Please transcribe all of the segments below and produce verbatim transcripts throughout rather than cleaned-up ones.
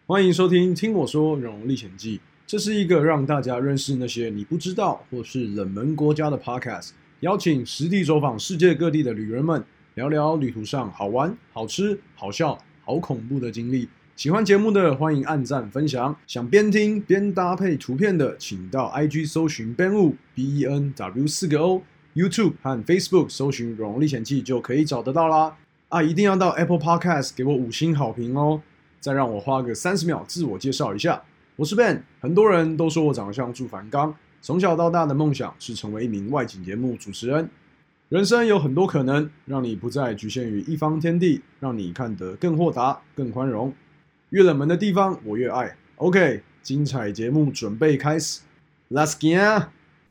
欢迎收听《听我说荣历险记》，这是一个让大家认识那些你不知道或是冷门国家的 podcast， 邀请实地走访世界各地的旅人们，聊聊旅途上好玩、好吃、好笑、好恐怖的经历。喜欢节目的欢迎按赞分享，想边听边搭配图片的，请到 I G 搜寻 Benwu B E N W 四个 O，YouTube 和 Facebook 搜寻荣历险记就可以找得到啦。啊，一定要到 Apple Podcast 给我五星好评哦！再让我花个三十秒自我介绍一下，我是 Ben。很多人都说我长得像祝凡刚，从小到大的梦想是成为一名外景节目主持人。人生有很多可能，让你不再局限于一方天地，让你看得更豁达、更宽容。越冷门的地方，我越爱。OK， 精彩节目准备开始 ，Let's go！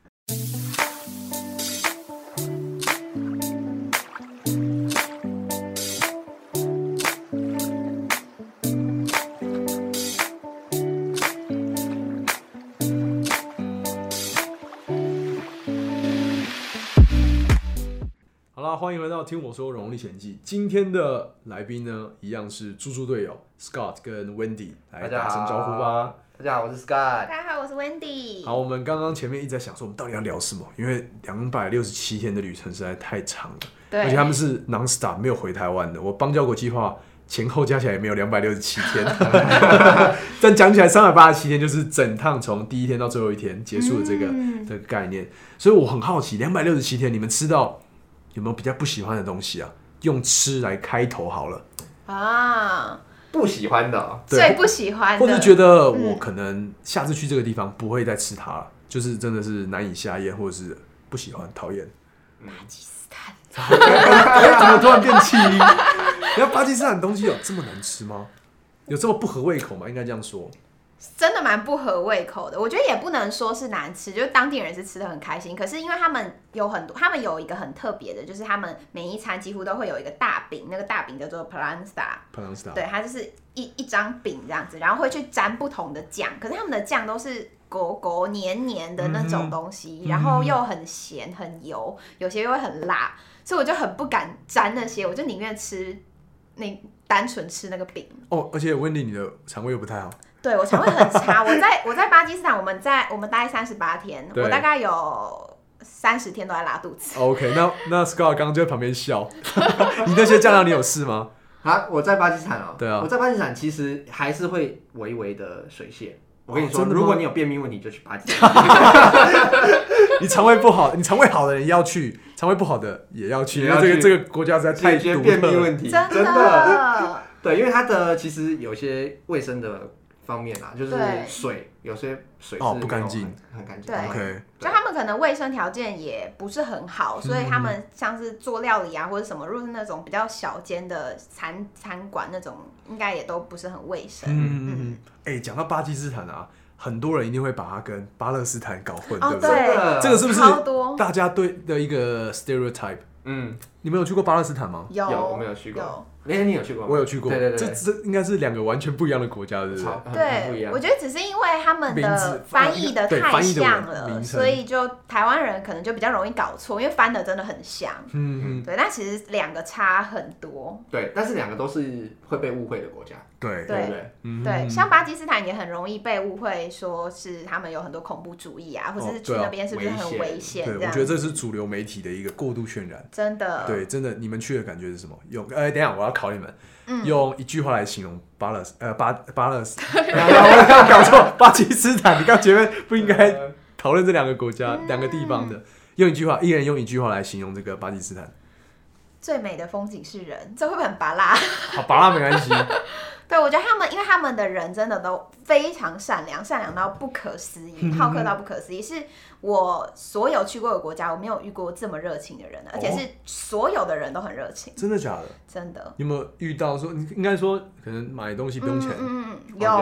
欢迎回到听我说荣历险记。今天的来宾呢，一样是猪猪队友 Scott 跟 Wendy， 来打声招呼吧。 大家好，我是 Scott。 大家好，我是 Wendy。 好，我们刚刚前面一直在想说，我们到底要聊什么？因为两百六十七天的旅程实在太长了， 对， 而且他们是 non-stop 没有回台湾的。我邦交国计划前后加起来也没有两百六十七天，但讲起来三百八十七天就是整趟从第一天到最后一天结束的这个、嗯、这个概念。所以我很好奇，两百六十七天你们吃到有没有比较不喜欢的东西啊？用吃来开头好了啊， 不喜欢的、哦， 最不喜欢的， 或者觉得我可能下次去这个地方不会再吃它了，嗯、就是真的是难以下咽，或者是不喜欢、讨厌。 巴基斯坦， 怎么突然变气音？然后巴基斯坦东西有这么难吃吗？有这么不合胃口吗？应该这样说。 真的蛮不合胃口的，我觉得也不能说是难吃，就是当地人是吃的很开心。可是因为他们有很多，他们有一个很特别的，就是他们每一餐几乎都会有一个大饼，那个大饼叫做 plansta， 对，它就是一一张饼这样子，然后会去沾不同的酱，可是他们的酱都是狗狗黏黏的那种东西，嗯、然后又很咸很油，有些又会很辣，所以我就很不敢沾那些，我就宁愿吃那单纯吃那个饼。 哦，而且 Wendy 你的肠胃又不太好。 对，我肠胃很差。我在我在巴基斯坦，我们在我们待三十八天，我大概有三十天都在拉肚子。 OK， 那那 Scott 刚刚就在旁边笑。你那些酱料你有试吗？ 啊，我在巴基斯坦哦。 对啊， 我在巴基斯坦其实还是会微微的水泻。我跟你说，哦、如果你有便秘问题，就去巴基斯坦。 你肠胃不好，你肠胃好的人要去，肠胃不好的也要去，因为这个这个国家实在太独特了。 便秘问题， 真的。 真的对，因为它的其实有些卫生的方面啊，就是水，有些水是、 哦、不干净， 很干净。 对， okay. 就他们可能卫生条件也不是很好，所以他们像是做料理啊或者什么，如果是那种比较小间的餐餐馆那种，应该也都不是很卫生。 嗯嗯嗯。讲、欸、到巴基斯坦啊，很多人一定会把它跟巴勒斯坦搞混， 哦、 对不对？ 对， 这个是不是大家对的一个 stereotype？ 嗯，你们有去过巴勒斯坦吗？ 有， 有我没有去过。哎，你有去过吗？ 我有去过。 对对对， 这这应该是两个完全不一样的国家，对不对？ 对，我觉得只是因为他们的翻译的太像了，所以就台湾人可能就比较容易搞错，因为翻的真的很像。嗯嗯。对，但其实两个差很多。 对，但是两个都是会被误会的国家。 对对对、嗯、对，像巴基斯坦也很容易被误会说是他们有很多恐怖主义啊，或者是去那边是不是很危险？ 对，我觉得这是主流媒体的一个过度渲染。 真的。 对，真的，你们去的感觉是什么？用呃，等一下我要考你们，嗯、用一句话来形容巴勒斯呃巴巴勒斯，我刚搞错，巴基斯坦。你刚前面不应该讨论这两个国家、两、嗯、个地方的，用一句话，一人用一句话来形容这个巴基斯坦。 最美的风景是人，这会不会很芭乐？ 好，芭乐没关系。 对，我觉得他们，因为他们的人真的都非常善良，善良到不可思议，好客到不可思议。是我所有去过的国家，我没有遇过这么热情的人，而且是所有的人都很热情。 真的假的？ 真的。 你有没有遇到说，你应该说可能买东西不用钱？ 嗯嗯，有、哦、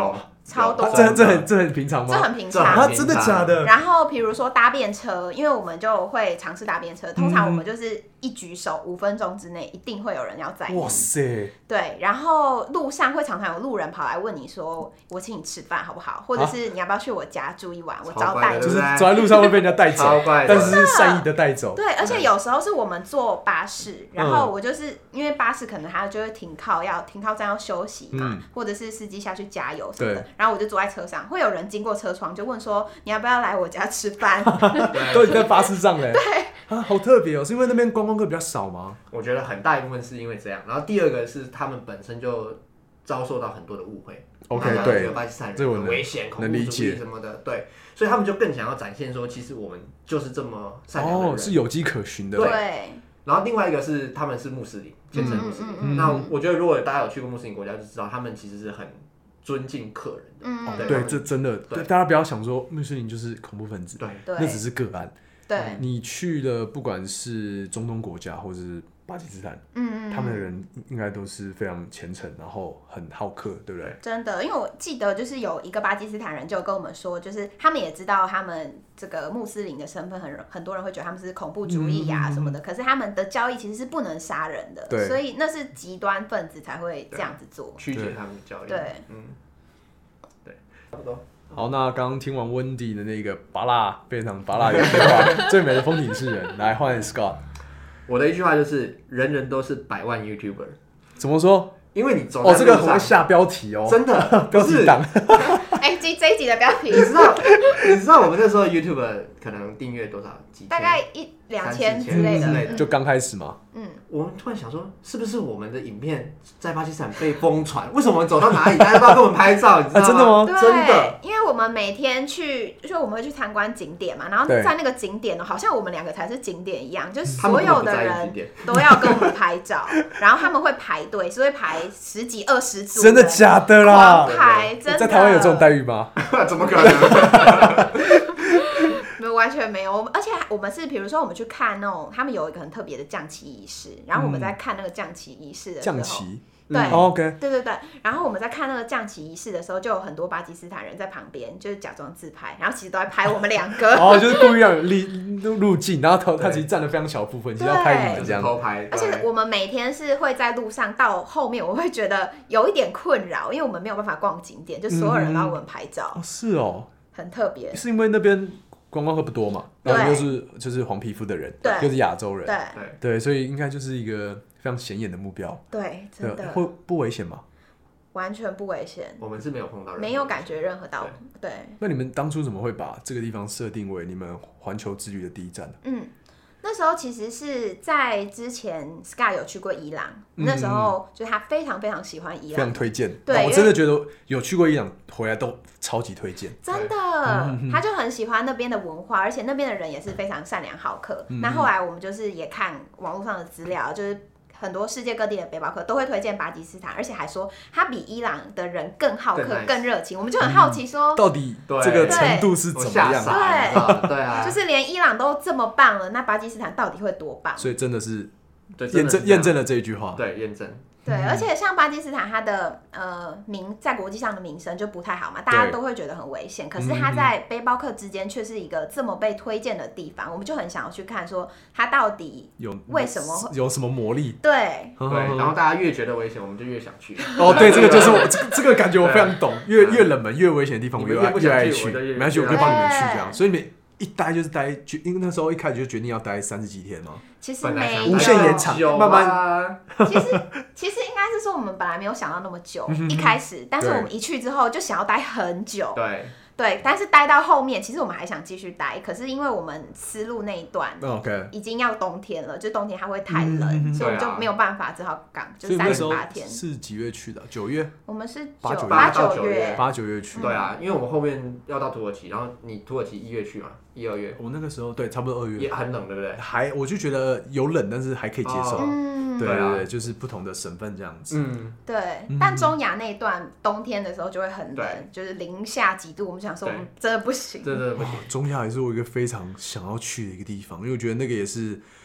超多， 这这很这很平常吗？ 这很平常啊，真的假的？ 然后比如说搭便车，因为我们就会尝试搭便车，通常我们就是一举手，五分钟之内一定会有人要载你。 哇塞！ 对，然后路上会常常有路人跑来问你说：“我请你吃饭好不好？”或者是你要不要去我家住一晚，我招待你。 就是走在路上会被人家带走，但是是善意的带走。 对，而且有时候是我们坐巴士，然后我就是因为巴士可能它就会停靠，要停靠站要休息嘛，嗯、或者是司机下去加油什么的，然后我就坐在车上，会有人经过车窗就问说：“你要不要来我家吃饭？” 都已经在巴士上嘞。 对啊，好特别哦，是因为那边观光客比较少吗？ 我觉得很大一部分是因为这样，然后第二个是他们本身就遭受到很多的误会。 OK， 对， 巴基斯坦人很危险、恐怖主义什么的，对，所以他们就更想要展现说，其实我们就是这么善良的人， 哦，是有迹可循的。 对。 然后另外一个是他们是穆斯林，虔诚穆斯林。嗯嗯嗯、那我觉得如果大家有去过穆斯林国家，就知道他们其实是很尊敬客人的。 嗯， 哦，对，这真的，对，大家不要想说穆斯林就是恐怖分子， 对， 那只是个案。 对， 你去的不管是中东国家或是巴基斯坦，嗯嗯，他们的人应该都是非常虔诚，然后很好客，对不对？ 真的，因为我记得就是有一个巴基斯坦人就跟我们说，就是他们也知道他们这个穆斯林的身份很很多人会觉得他们是恐怖主义呀、啊、什么的，嗯、可是他们的教义其实是不能杀人的， 对， 所以那是极端分子才会这样子做， 曲解他们的教义。 对， 嗯，对，差不多。 好，那刚刚听完温迪的那个拔辣非常拔辣的一句话，最美的风景是人。来换 Scott， 我的一句话就是人人都是百万 YouTuber。 怎么说？ 因为你走哦，这个很会下标题哦， 真的标题党。 哎，这这一集的标题， 你知道你知道我们那时候 YouTube 可能订阅多少？几千？ 大概一两千之类的， 嗯、 就刚开始嘛。 嗯， 我们突然想说，是不是我们的影片在巴基斯坦被疯传？为什么我们走到哪里，大家都要跟我们拍照？你知道吗？ 啊、真的吗？ 对， 真的， 因为我们每天去，就是我们会去参观景点嘛，然后在那个景点呢，好像我们两个才是景点一样，就是所有的人都要跟我们拍照，然后他们会排队，是会排十几二十组， 真的假的啦？ 狂排，真的。 在台湾有这种待遇吗？ 怎么可能？ 没有，完全没有。而且我们是，比如说我们去看那种，他们有一个很特别的降旗仪式，然后我们在看那个降旗仪式的时候， 降旗， 对、 嗯、，OK， 对对对。然后我们在看那个降旗仪式的时候，就有很多巴基斯坦人在旁边，就是假装自拍，然后其实都在拍我们两个。 哦，就是故意让路路径，然后他他其实占了非常小部分，其实要拍你们这样。 偷拍。 而且我们每天是会在路上到后面，我会觉得有一点困扰，因为我们没有办法逛景点，就所有人都要我们拍照。 嗯、哦，是哦， 很特别。 是因为那边观光客不多嘛，然后又是就是黄皮肤的人，又是亚洲人， 对对，所以应该就是一个非常显眼的目标。 对，真的。 会不危险吗？ 完全不危险。 我们是没有碰到人， 没有感觉任何到。对。 那你们当初怎么会把这个地方设定为你们环球之旅的第一站呢？ 嗯。那时候其实是在之前 Sky 有去过伊朗，嗯、那时候就是他非常非常喜欢伊朗， 非常推荐。 对， 我真的觉得有去过伊朗回来都超级推荐， 真的，嗯、他就很喜欢那边的文化，而且那边的人也是非常善良好客。嗯、那后来我们就是也看网络上的资料，就是。很多世界各地的背包客都会推荐巴基斯坦，而且还说他比伊朗的人更好客、更, nice 更热情。我们就很好奇说， 嗯、到底这个程度是怎么样？ 对对啊， 就是连伊朗都这么棒了，那巴基斯坦到底会多棒？ 所以真的是验证验证了这一句话。 对，验证。 对，而且像巴基斯坦，它的呃名在国际上的名声就不太好嘛，大家都会觉得很危险。可是它在背包客之间却是一个这么被推荐的地方，我们就很想要去看，说它到底有为什么有什么魔力？ 对对，然后大家越觉得危险，我们就越想去。 哦，对，这个就是我这个这个感觉我非常懂，越越冷门越危险的地方，我越越爱去。没关系，我可以帮你们去这样，所以你们。一待就是待，因为那时候一开始就决定要待三十几天嘛。 其实没有无限延长，慢慢。 其实其实应该是说我们本来没有想到那么久，一开始，但是我们一去之后就想要待很久。 对。 对，但是待到后面，其实我们还想继续待，可是因为我们丝路那一段已经要冬天了，就冬天它会太冷，嗯、所以我们就没有办法，只好赶，就三十八天。 是几月去的？九月？ 我们是八九八九月， 八九月去。 对啊，因为我们后面要到土耳其，然后你土耳其一月去嘛，一二月。 我那个时候对，差不多二月。 也很冷，对不对？ 还，我就觉得有冷，但是还可以接受。 嗯， 对对对，就是不同的省份这样子。 嗯， 对。但中亚那一段冬天的时候就会很冷，就是零下几度，我们想说我们真的不行， 真的不行。 中亚也是我一个非常想要去的一个地方，因为我觉得那个也是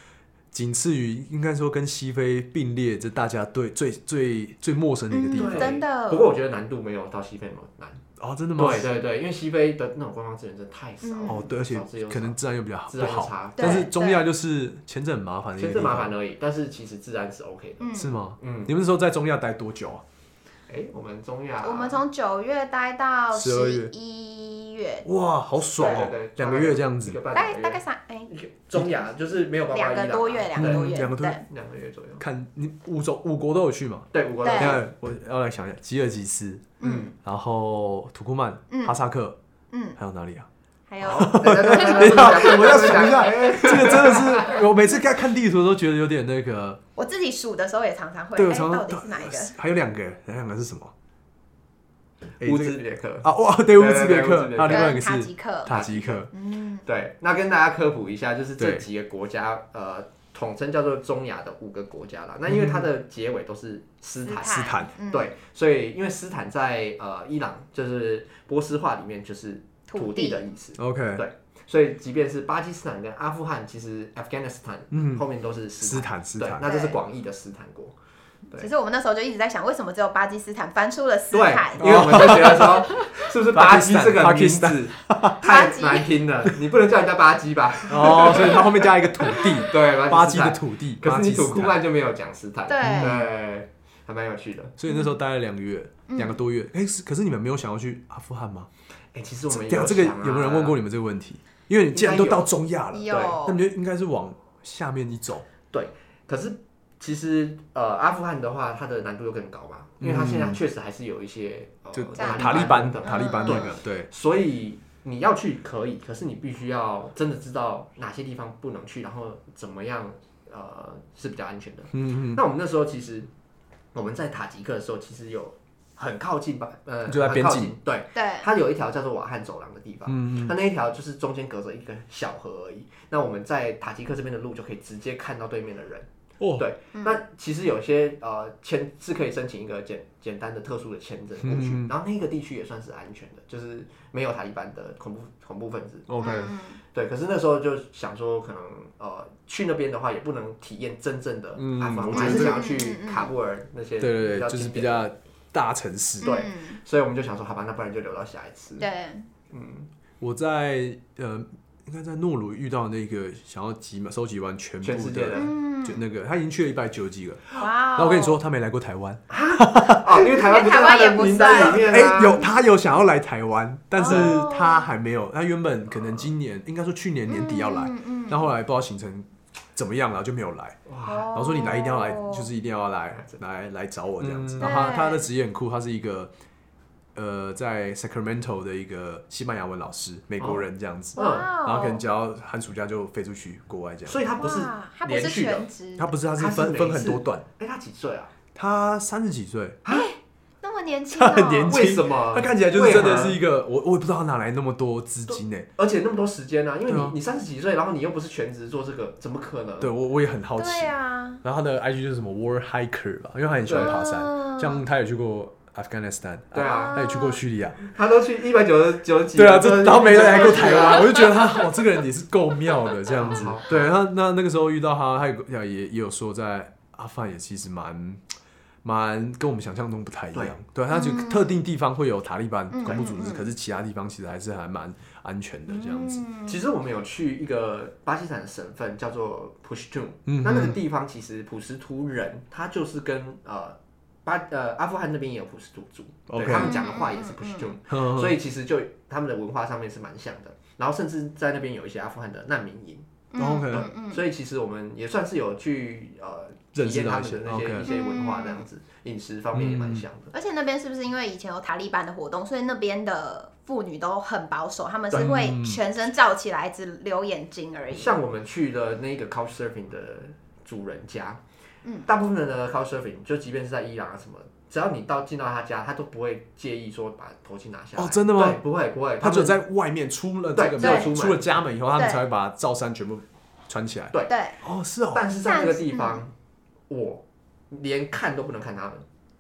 仅次于应该说跟西非并列，这大家对最最最陌生的一个地方。 嗯、真的。 不过我觉得难度没有到西非那么难。 哦，真的吗？ 对对对，因为西非的那种观光资源真的太少。 嗯、 哦，对，而且可能治安又比较不好。但是中亚就是签证很麻烦的一个地方。 签证麻烦而已，但是其实治安是 OK 的。 嗯、 是吗？ 嗯。 你们那时候在中亚待多久啊？ 哎，我们中亚， 我们从九月待到十一月， 哇，好爽哦！两个月这样子， 大概大概三哎， 中亚就是没有包括两个多月，两个多月， 两个多月， 两个月左右。 看你五种五国都有去嘛？ 对，五国都有。 我要来想一下，吉尔吉斯，嗯，然后土库曼、哈萨克，嗯，还有哪里啊？ 还有， 我要想一下，这个真的是我每次看看地图都觉得有点那个。 我自己数的时候也常常会， 对，我常常到底是哪一个？ 还有两个，那两个是什么？ 乌兹别克啊，哇，对，乌兹别克，还有另外一个是塔吉克， 塔吉克， 嗯， 对，那跟大家科普一下，就是这几个国家，呃，统称叫做中亚的五个国家啦。那因为它的结尾都是斯坦， 斯坦， 对，所以因为斯坦在呃伊朗就是波斯话里面就是土地的意思 ，OK， 对，所以即便是巴基斯坦跟阿富汗，其实 Afghanistan 后面都是斯坦， 斯坦， 对，那这是广义的斯坦国。 其实我们那时候就一直在想，为什么只有巴基斯坦翻出了斯坦？ 对，因为我们就觉得说，是不是巴基这个名字太难听了？你不能叫人家巴基吧？ 哦，所以它后面加一个土地， 对， 巴基的土地。 可是你土库曼就没有讲斯坦， 对， 对，还蛮有趣的。 所以那时候待了两个月，两个多月。哎，可是你们没有想要去阿富汗吗？ 哎，其实我们有想啊。这个有没有人问过你们这个问题？因为你既然都到中亚了， 对， 那你就应该是往下面一走。 对，可是。其实，呃，阿富汗的话，它的难度又更高嘛，因为它现在确实还是有一些、 嗯、呃塔利班的塔利班那个，对， 所以你要去可以，可是你必须要真的知道哪些地方不能去，然后怎么样，呃，是比较安全的。嗯嗯。那我们那时候其实我们在塔吉克的时候，其实有很靠近吧，呃， 就在边境， 对对， 它有一条叫做瓦罕走廊的地方，嗯嗯，它那一条就是中间隔着一个小河而已。那我们在塔吉克这边的路就可以直接看到对面的人。哦，对，嗯、那其实有些呃签是可以申请一个简简单的特殊的签证过去，嗯、然后那个地区也算是安全的，就是没有塔利班的恐怖恐怖分子。 OK， 对，可是那时候就想说，可能呃去那边的话也不能体验真正的阿富汗，我还是想要去卡布尔那些， 对对对，就是比较大城市。 对，所以我们就想说，好吧，那不然就留到下一次。 对， 嗯，我在呃。应该在诺鲁遇到那个想要集收集完全部的，就那个他已经去了一百九十几个。哇！然后我跟你说，他没来过台湾啊，因为台湾不在他的名单里面。 哎，有他有想要来台湾，但是他还没有。他原本可能今年，应该说去年年底要来，但后来不知道行程怎么样了，就没有来。然后说你来一定要来，就是一定要来来来找我这样子。然后他他的职业很酷，他是一个。呃，在 Sacramento 的一个西班牙文老师，美国人这样子， 哦、 然后可能只要寒暑假就飞出去国外这样。 所以他不是连续的， 他不是，他是分分很多段。 哎，他几岁啊？ 他三十几岁。 哎，那么年轻、 哦，他很年轻。 为什么？ 他看起来就是真的是一个，我我也不知道他哪来那么多资金呢， 而且那么多时间啊，因为你、啊、你三十几岁，然后你又不是全职做这个，怎么可能？ 对我我也很好奇。 对啊。 然后他的 I G 就是什么 War Hiker 吧，因为他很喜欢爬山，嗯、像他也去过。Afghanistan， 对啊， 他也去过叙利亚， 他都去一百九十九几， 对啊，这然后没来过台湾，我就觉得他哇，这个人也是够妙的这样子。对他那那个时候遇到他，他也也也有说在阿富汗也其实蛮蛮跟我们想象中不太一样。对，他就特定地方会有塔利班恐怖组织，可是其他地方其实还是还蛮安全的这样子。 其实我们有去一个巴基斯坦的省份叫做普什图，那那个地方其实普什图人他就是跟呃。巴呃阿富汗那边也有普什图族， okay. 对他们讲的话也是普什图，嗯、所以其实就他们的文化上面是蛮像的。然后甚至在那边有一些阿富汗的难民营， 嗯、 对，嗯、所以其实我们也算是有去呃体验他们的那些 okay. 一些文化这样子，饮食方面也蛮像的。 而且那边是不是因为以前有塔利班的活动，所以那边的妇女都很保守，他们是会全身罩起来，只留眼睛而已。 像我们去的那个 Couchsurfing 的主人家。嗯、大部分人的 Couchsurfing 就即便是在伊朗啊什么，只要你到进到他家，他都不会介意说把头巾拿下来。 哦，真的吗？ 对，不会不会， 他只有在外面出了这个门，出了家门以后，他们才会把罩衫全部穿起来。 对对， 哦是哦。 但是在那个地方，嗯、我连看都不能看他们。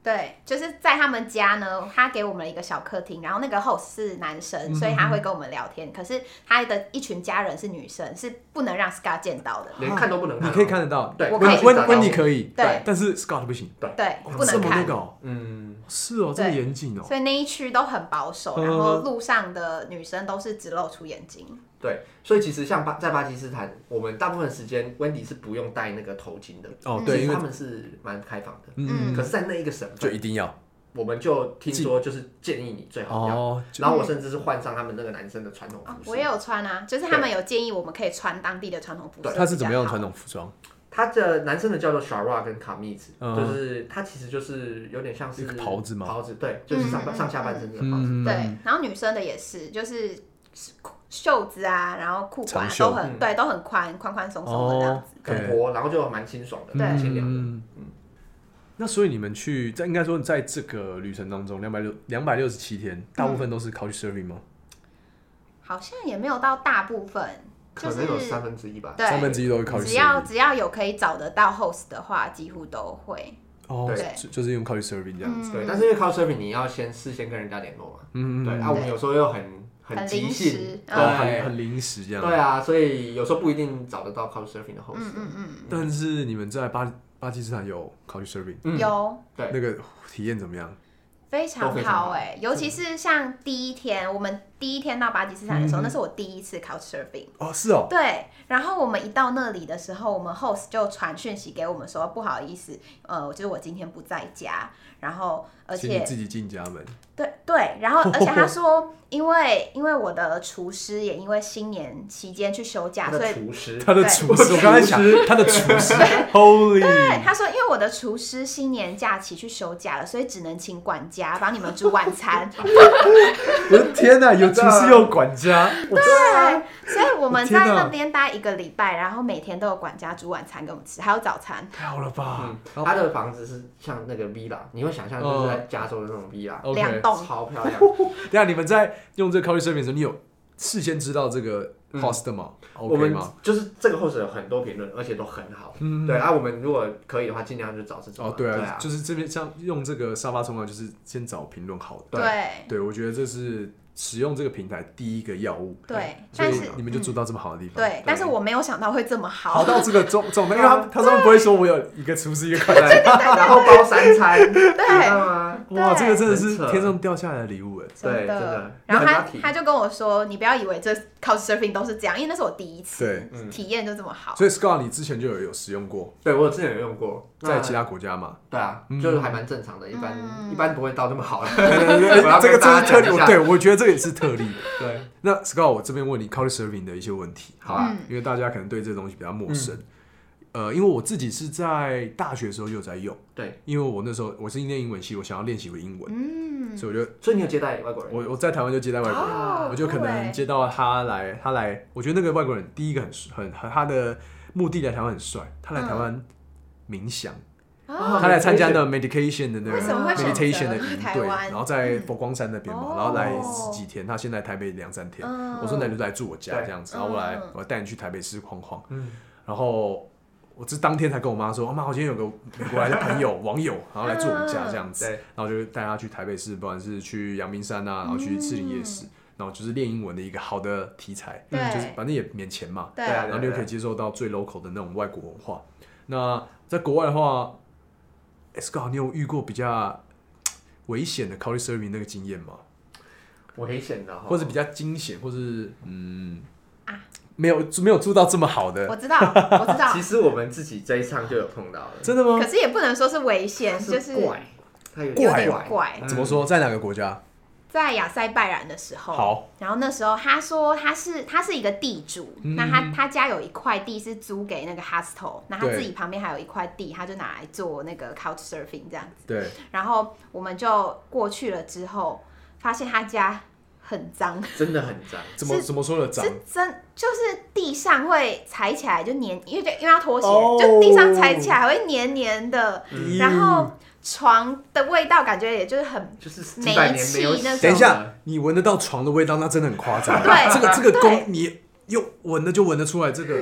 对，就是在他们家呢，他给我们了一个小客厅，然后那个 host 是男生，嗯、所以他会跟我们聊天。可是他的一群家人是女生，是不能让 Scott 见到的， 连看都不能看。 你可以看得到， 对， 我可以温温妮可以， 对， 但是 Scott 不行， 对，对，不能看。 这么那个、哦， 嗯， 是哦，这么严谨哦。 所以那一区都很保守，然后路上的女生都是只露出眼睛。 对，所以其实像巴在巴基斯坦，我们大部分时间温迪是不用戴那个头巾的。 哦，对，因为他们是蛮开放的。 嗯， 可是，在那一个省份就一定要， 我们就听说就是建议你最好要。哦、然后我甚至是换上他们那个男生的传统服饰、 哦。我也有穿啊，就是他们有建议我们可以穿当地的传统服饰。 他是怎么样的传统服装？ 他的男生的叫做 shara 跟 kameez，、嗯、就是它其实就是有点像是袍子嘛， 袍子对，就是上、嗯、上下半身的袍子。 嗯、对，然后女生的也是，就是袖子啊，然后裤管、啊、都很、嗯、对，都很宽，宽宽松松的这样子， 很活，然后就蛮清爽的，对，清凉的。嗯嗯。 那所以你们去，在应该说在这个旅程当中，两百六两百六十七天，大部分都是 couchsurfing 吗？ 好像也没有到大部分。 可能有三分之一吧， 三分之一都会靠只要只要有可以找得到 host 的话，几乎都会。 哦，对，就是用 couchsurfing 这样子。 对，但是因为 couchsurfing 你要先事先跟人家联络嘛，嗯对啊，我们有时候又很很即兴， 对，很很临时这样。 对啊，所以有时候不一定找得到 couchsurfing 的 host。嗯嗯嗯。 但是你们在巴巴基斯坦有 couchsurfing？ 有。 对， 那个体验怎么样？ 非常好哎、欸，尤其是像第一天，我们第一天到巴基斯坦的时候，嗯、那是我第一次 couchsurfing。 哦，是哦。 对，然后我们一到那里的时候，我们 host 就传讯息给我们说，不好意思，呃，就是我今天不在家，然后而且请你自己进家门。 对对，然后而且他说，因为因为我的厨师也因为新年期间去休假，所以厨师他的厨师，我刚才想他的厨师 ，Holy， 对，他说因为我的厨师新年假期去休假了，所以只能请管家帮你们煮晚餐。 我的天哪，有厨师又有管家， 对，所以我们在那边待一个礼拜，然后每天都有管家煮晚餐给我们吃，还有早餐。 太好了吧？ 嗯、他的房子是像那个 villa， 你会想象就是在加州的那种 villa， 两栋。 超漂亮。 等下你们在用这个 couchsurfing 的时候，你有事先知道这个 host 吗？ 嗯 okay、我们就是这个 host 有很多评论，而且都很好。嗯，对啊，我们如果可以的话，尽量就找这种。 哦，对啊，对啊，就是这边像用这个沙发冲浪，就是先找评论好的。 对， 对，我觉得这是使用这个平台第一个要务。 对， 所以你们就住到这么好的地方。 对，但是我没有想到会这么好。 好到这个状状态，因为他他上面不会说我有一个厨师一个管家， 然后包三餐， 对， 知道吗？ 哇，这个真的是天上掉下来的礼物哎！ 对，真的。 然后他他就跟我说，你不要以为这 couchsurfing 都是这样，因为那是我第一次， 对， 体验就这么好。 所以 Scott 你之前就有有使用过？ 对，我之前有用过， 在其他国家嘛？ 对啊，就是还蛮正常的，一般一般不会到那么好的。 对对对，这个真是特例，对，我觉得这个也是特例。 对， 那 Scott 我这边问你 couchsurfing 的一些问题，好吧？因为大家可能对这个东西比较陌生。呃，因为我自己是在大学的时候就有在用， 对， 因为我那时候我是念英文系，我想要练习我英文，嗯，所以我就， 所以你有接待外国人？ 我我在台湾就接待外国人，哦、我就可能接到他来，他来，我觉得那个外国人第一个很很很他的目的来台湾很帅，他来台湾冥想，嗯、他来参加的 meditation 的那个 meditation 的营队，然后在佛光山那边嘛，嗯、然后来十几天，他现在台北两三天，嗯、我说那你就来住我家这样子，然后我来我带你去台北市晃晃，嗯、然后。我是当天才跟我妈说，妈，我今天有个美国来的朋友网友，然后来住我们家这样子，然后就带他去台北市，不管是去阳明山啊，然后去士林夜市，然后就是练英文的一个好的题材，就是反正也免钱嘛，然后你就可以接受到最 local 的那种外国文化。那在国外的话 ，Scott 你有遇过比较危险的 couchsurfing 那个经验吗？ 危险的， 或者比较惊险，或是嗯。没有没有住到这么好的， 我知道，我知道。 其实我们自己这一趟就有碰到了， 真的吗？ 可是也不能说是危险，就是怪，它有点怪怪。 怎么说？在哪个国家？ 在亚塞拜然的时候。 好。 然后那时候他说他是他是一个地主，嗯、那他他家有一块地是租给那个 hostel， 那他自己旁边还有一块地，他就拿来做那个 couchsurfing 这样子。 对。 然后我们就过去了之后，发现他家。很脏， 真的很脏。 怎么怎么说的脏？ 是真，就是地上会踩起来就黏，因为因为要拖鞋， oh. 就地上踩起来还会黏黏的，嗯、然后床的味道感觉也就是很就是霉气那种。 等一下，你闻得到床的味道，那真的很夸张。 对， 这个这个工你又闻的就闻得出来，这个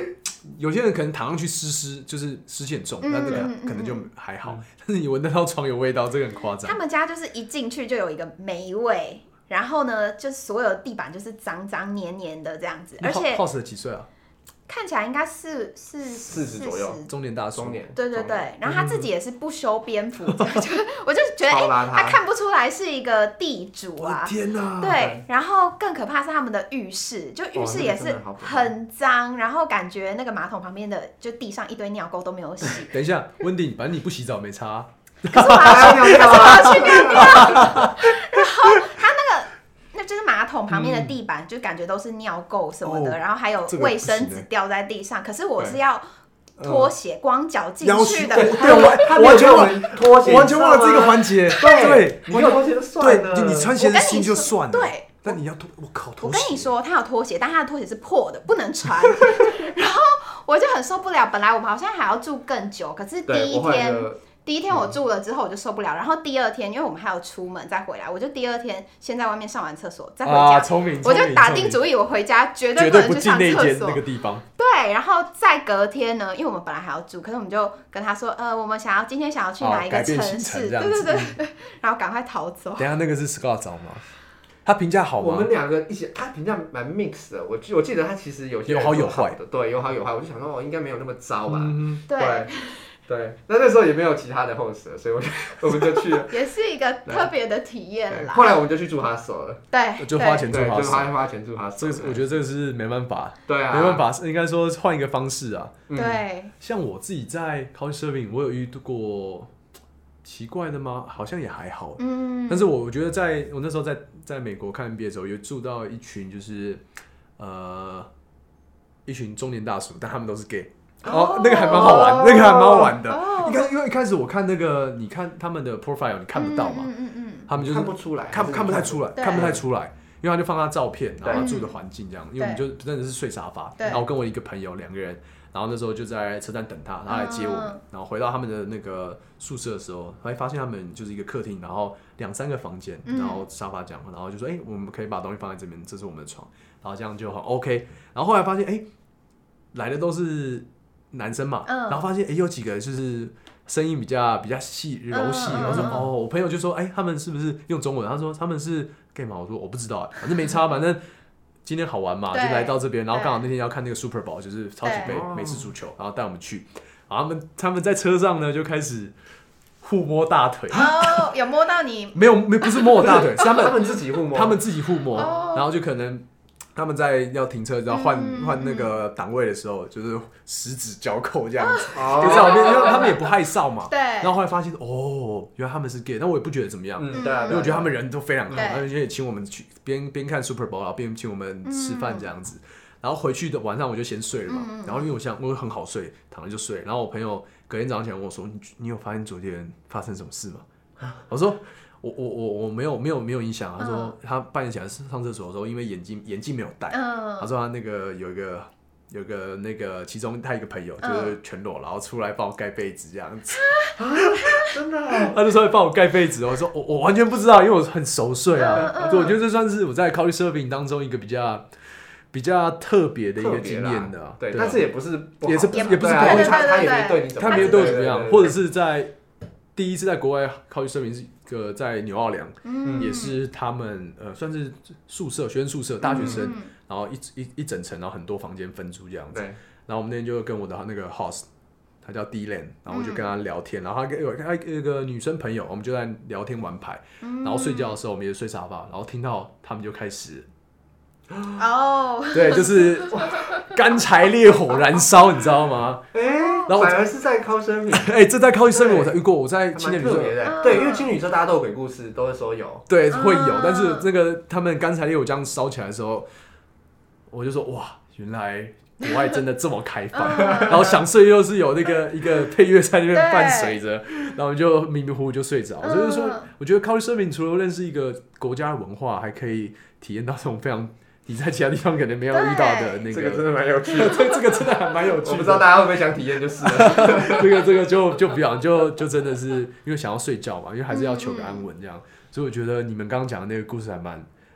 有些人可能躺上去湿湿，就是湿气很重，那、嗯、这个可能就还好。嗯、但是你闻得到床有味道，这个很夸张。 他们家就是一进去就有一个霉味，然后呢，就是所有的地板就是脏脏黏黏的这样子，而且 House 几岁啊？ 看起来应该是四四十左右， 中年大叔。 中年， 对对对。然后他自己也是不修边幅，就我就觉得哎、欸，他看不出来是一个地主啊！ 天哪！ 对，然后更可怕是他们的浴室，就浴室也是很脏，然后感觉那个马桶旁边的就地上一堆尿垢都没有洗。 等一下，温迪，反正你不洗澡没差、啊。 可是我要去尿尿，可是我要去尿尿。然后他那个。那就是马桶旁边的地板，嗯、就感觉都是尿垢什么的，哦、然后还有卫生纸掉在地上。可是我是要拖鞋、光脚进去的。 对，我完全忘了拖鞋，完全忘了这个环节。 对，你有拖鞋就算了， 对，你穿鞋的心就算了。 对， 但你要拖，我靠，拖鞋。我跟你说，他有拖鞋，但他的拖鞋是破的，不能穿。然后我就很受不了。本来我们好像还要住更久，可是第一天。第一天我住了之后我就受不了，然后第二天因为我们还有出门再回来，我就第二天先在外面上完厕所再回家， 啊、聪明我就打定主意我回家绝对不能去上厕所那个地方。 对，然后再隔天呢，因为我们本来还要住，可是我们就跟他说，呃，我们想要今天想要去哪一个城市，对对对，然后赶快逃走。 等一下那个是 Scott 找吗？他评价好吗？ 我们两个一起，他评价蛮 mix 的。我记我记得他其实有些有好有坏的，对，有好有坏。我就想说，哦，应该没有那么糟吧？ 嗯、对。 对对，那那时候也没有其他的 host， 所以我就我们就去了， 也是一个特别的体验啦。 后来我们就去住他所了， 对， 就花钱住他所， 就花花钱住他所。 这个我觉得这个是没办法， 对啊， 没办法，应该说换一个方式啊。 对、嗯， 像我自己在 Couchsurfing， 我有遇到过奇怪的吗？好像也还好，嗯。但是我我觉得在我那时候在在美国看 N B A 的时候，有住到一群就是呃一群中年大叔，但他们都是 gay。哦，那个还蛮好玩， oh, 那个还蛮好玩的。Oh. 一开因为一开始我看那个，你看他们的 profile， 你看不到嘛，嗯嗯嗯、他们就是看不出来， 看看不太出来，看不太出来，因为他就放他照片，然后他住的环境这样。因为我们就真的是睡沙发，然后跟我一个朋友两个人，然后那时候就在车站等他，他来接我们，然后回到他们的那个宿舍的时候，还发现他们就是一个客厅，然后两三个房间，然后沙发这样，然后就说，哎、欸，我们可以把东西放在这边，这是我们的床，然后这样就很 OK。然后后来发现，哎、欸，来的都是男生嘛，嗯、然后发现哎、欸、有几个就是声音比较比较细柔细，然后说哦，我朋友就说哎、欸、他们是不是用中文？他说他们是 gay 嘛？我说我不知道，反正没差，反正今天好玩嘛，就来到这边，然后刚好那天要看那个 Super Bowl， 就是超级杯美式足球，然后带我们去，然后他们他们在车上呢就开始互摸大腿。 哦，有摸到你？ 没有，没不是摸我大腿，是他们他们自己互摸， 他们自己互摸，哦、然后就可能。他们在要停车要换换、嗯、那个档位的时候，就是十指交扣这样子，哦、就在我面前，他们也不害臊嘛。 对。 然后后来发现，哦，原来他们是 gay， 但我也不觉得怎么样， 嗯，对啊， 因为我觉得他们人都非常好，而且也请我们去边边看 Super Bowl， 然后边请我们吃饭这样子。嗯、然后回去的晚上我就先睡了嘛，嗯、然后因为我想我很好睡，躺着就睡。然后我朋友隔天早上起来问我说：“你你有发现昨天发生什么事吗？”我说。我我我我没有没有没有影响，他说他半夜起来上厕所的时候，因为眼镜眼镜没有戴，嗯、他说他那个有一个有一个那个其中他一个朋友就是全裸，嗯、然后出来帮我盖被子这样子， 啊、真的、哦， 他就说帮我盖被子，我说我我完全不知道，因为我很熟睡啊，嗯嗯、我觉得这算是我在 Couchsurfing 当中一个比较。比较特别的一个经验的、啊， 对，但是也不是不好， 也是也不是不好，他他也没对你怎么样， 他没对我怎么样，或者是在第一次在国外 Couchsurfing 是一个在纽奥良，嗯、也是他们呃算是宿舍学生宿舍大学生，嗯、然后一一一整层，然后很多房间分租这样子，然后我们那天就跟我的那个 host， 他叫 Dylan， 然后我就跟他聊天，嗯、然后他有他一个女生朋友，我们就在聊天玩牌，嗯、然后睡觉的时候我们也睡沙发，然后听到他们就开始。 哦， oh. 对，就是干柴烈火燃烧，你知道吗？ 哎、欸，然后反而是在Couchsurfing， 哎、欸，这在Couchsurfing我才遇过，我在青年旅社， 对，因为青年旅社大家都有鬼故事，都会说有， 对，会有，但是那个他们干柴烈火这样烧起来的时候，我就说哇，原来国外真的这么开放，然后想睡又是有那个一个配乐在那边伴随着，然后就迷迷糊糊就睡着。所以说，我觉得 Couchsurfing 除了认识一个国家的文化，还可以体验到这种非常。你在其他地方可能没有遇到的那个， 这个真的蛮有趣的， 这个真的还蛮有趣的。 我不知道大家会不会想体验，就是了。 这个这个就就不要，就就真的是因为想要睡觉嘛，因为还是要求个安稳这样。嗯、所以我觉得你们刚刚讲的那个故事还蛮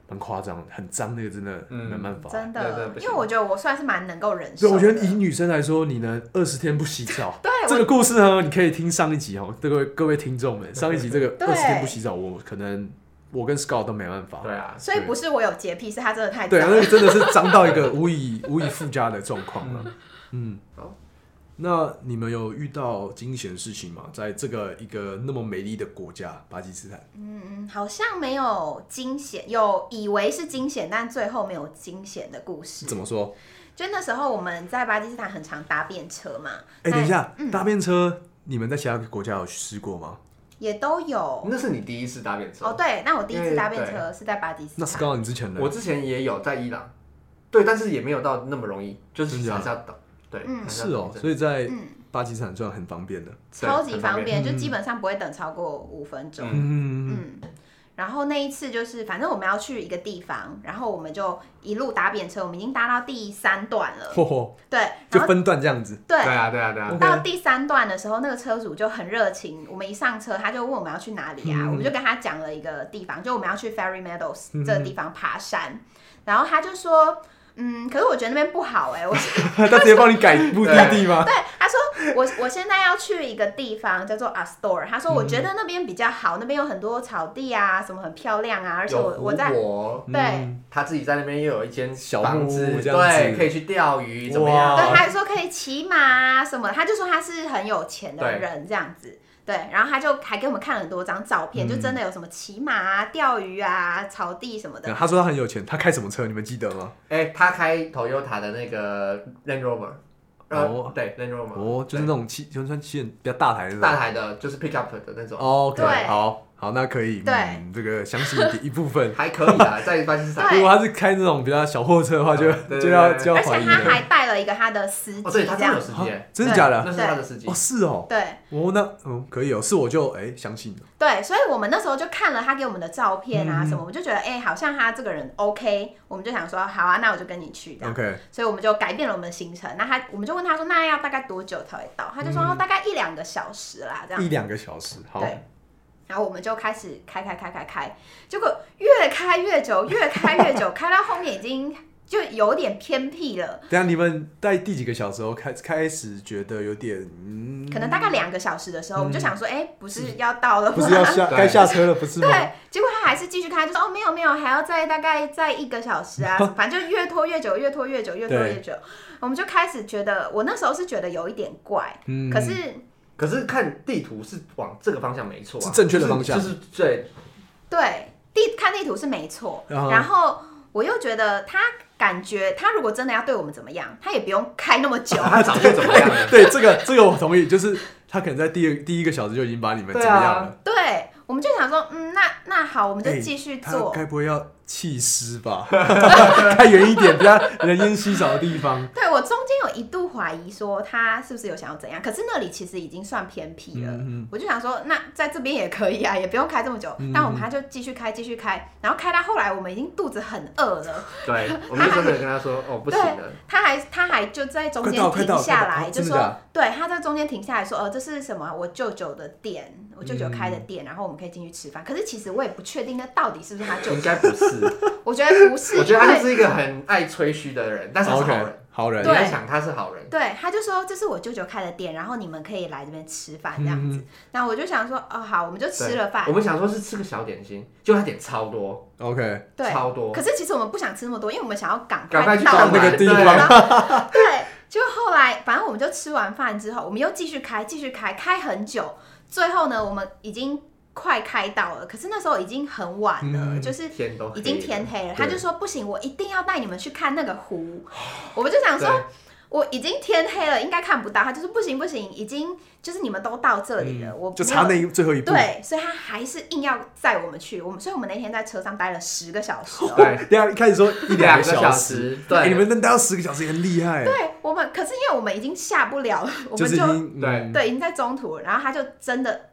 蛮夸张，很脏，那个真的没办法。 真的，因为我觉得我算是蛮能够忍受。 对，我觉得以女生来说，你能二十天不洗澡， 对这个故事呢，你可以听上一集哦，各位各位听众们，上一集这个二十天不洗澡，我可能我跟 Scott 都没办法。 对啊， 所以不是我有洁癖，是他真的太脏。 对啊，那个真的是脏到一个无以无以复加的状况了。嗯，好。那你们有遇到惊险的事情吗？在这个一个那么美丽的国家巴基斯坦？ 嗯，好像没有惊险，有以为是惊险，但最后没有惊险的故事。 怎么说？ 就那时候我们在巴基斯坦很常搭便车嘛。 哎、欸，等一下，嗯、搭便车你们在其他国家有试过吗？ 也都有。 那是你第一次搭便车哦？对，那我第一次搭便车是在巴基斯坦。 那是刚好你之前呢？ 我之前也有在伊朗，对，但是也没有到那么容易，就是还是要等。对， 嗯， 是哦，所以在巴基斯坦算很方便的， 超级方便，就基本上不会等超过五分钟。嗯嗯。然后那一次就是，反正我们要去一个地方，然后我们就一路搭便车，我们已经搭到第三段了。 哦、 对， 就分段这样子。 对， 对啊，对啊，对啊。 到第三段的时候，那个车主就很热情，我们一上车，他就问我们要去哪里啊？嗯、我们就跟他讲了一个地方，就我们要去 Fairy Meadows、嗯、这个地方爬山，然后他就说。嗯，可是我觉得那边不好哎、欸，我他直接帮你改目的地吗？ 对，他说我我现在要去一个地方叫做 Astor， 他说我觉得那边比较好，嗯、那边有很多草地啊，什么很漂亮啊，而且我我在对、 嗯，他自己在那边又有一间小房子， 对， 可以去钓鱼，怎么样？ 对，他还说可以骑马啊什么，他就说他是很有钱的人这样子。对，然后他就还给我们看了很多张照片，嗯、就真的有什么骑马啊、钓鱼啊、草地什么的。 他说他很有钱，他开什么车？你们记得吗？ 哎、欸，他开 Toyota 的那个 Land Rover， 哦，对 Land Rover， 哦，就是那种汽，就算汽比较大台的那种。 大台的，就是 Pickup 的那种。 哦 ，OK， 对， 好。好，那可以， 对， 嗯、这个相信一部分还可以啦，在巴基斯坦。 如果他是开那种比较小货车的话就，就就要就要怀疑了。 而且他还带了一个他的司机， 哦，对，他真的有司机， 真的假的？ 那是他的司机。 哦，是哦。 对。 哦，那嗯可以哦，是我就哎、欸、相信了。 对，所以我们那时候就看了他给我们的照片啊什么，嗯、我们就觉得哎、欸，好像他这个人 OK， 我们就想说好啊，那我就跟你去这样。 OK。 所以我们就改变了我们的行程。那他我们就问他说，那要大概多久才会到？他就说、嗯、大概一两个小时啦，这样。 一两个小时，好。 对。然后我们就开始开开开开开，结果越开越久，越开越久，开到后面已经就有点偏僻了。 等一下你们在第几个小时后开开始觉得有点，嗯， 可能大概两个小时的时候，嗯、我们就想说，哎、欸，不是要到了吗？ 不是要下该下车了，不是吗？ 对，结果他还是继续开，就说哦没有没有，还要再大概再一个小时啊，反正就越拖越久，越拖越久，越拖越久。我们就开始觉得，我那时候是觉得有一点怪，嗯、可是。 可是看地图是往这个方向没错、啊， 是正确的方向， 就是对对地看地图是没错，然后我又觉得他感觉他如果真的要对我们怎么样，他也不用开那么久， 他早就怎么样了。 对，这个这个我同意，就是他可能在第一第一个小时就已经把你们怎么样了。 对、啊，对，我们就想说，嗯，那那好，我们就继续做。 该、欸、不会要弃尸吧？开远一点，比较人烟稀少的地方。 对，我中间有一度怀疑说他是不是有想要怎样，可是那里其实已经算偏僻了。嗯、我就想说，那在这边也可以啊，也不用开这么久。嗯、但我们他就继续开，继续开，然后开到后来，我们已经肚子很饿了。 对，我们就真的跟他说，哦，不行了。 他还他还就在中间停下来，就说，对，他在中间停下来说，呃，这是什么？我舅舅的店，我舅舅开的店，嗯、然后我们可以进去吃饭。可是其实我也不确定那到底是不是他舅舅， 应该不是。 我觉得不是， 我觉得他就是一个很爱吹嘘的人，但是他是好人， okay, 好人。 你在想他是好人， 对，他就说这是我舅舅开的店，然后你们可以来这边吃饭这样子。那、嗯、我就想说，哦，好，我们就吃了饭。 我们想说是吃个小点心，就他点超多 ，OK， 对， 超多。 可是其实我们不想吃那么多，因为我们想要赶快到那个地方。 对，就后来反正我们就吃完饭之后，我们又继续开，继续开，开很久。最后呢，我们已经快开到了，可是那时候已经很晚了，嗯、就是已经天黑了。他就说不行，我一定要带你们去看那个湖。我们就想说，我已经天黑了，应该看不到。他就说不行不行，已经就是你们都到这里了，嗯、我就差那最后一步。 对，所以他还是硬要载我们去。我们，所以我们那天在车上待了十个小时、喔。 对， 对啊，一开始说一两个小时， 对， 欸、你们能待到十个小时也很厉害。 对我们，可是因为我们已经下不了了，我们就、 就是、 对对，已经在中途了。然后他就真的。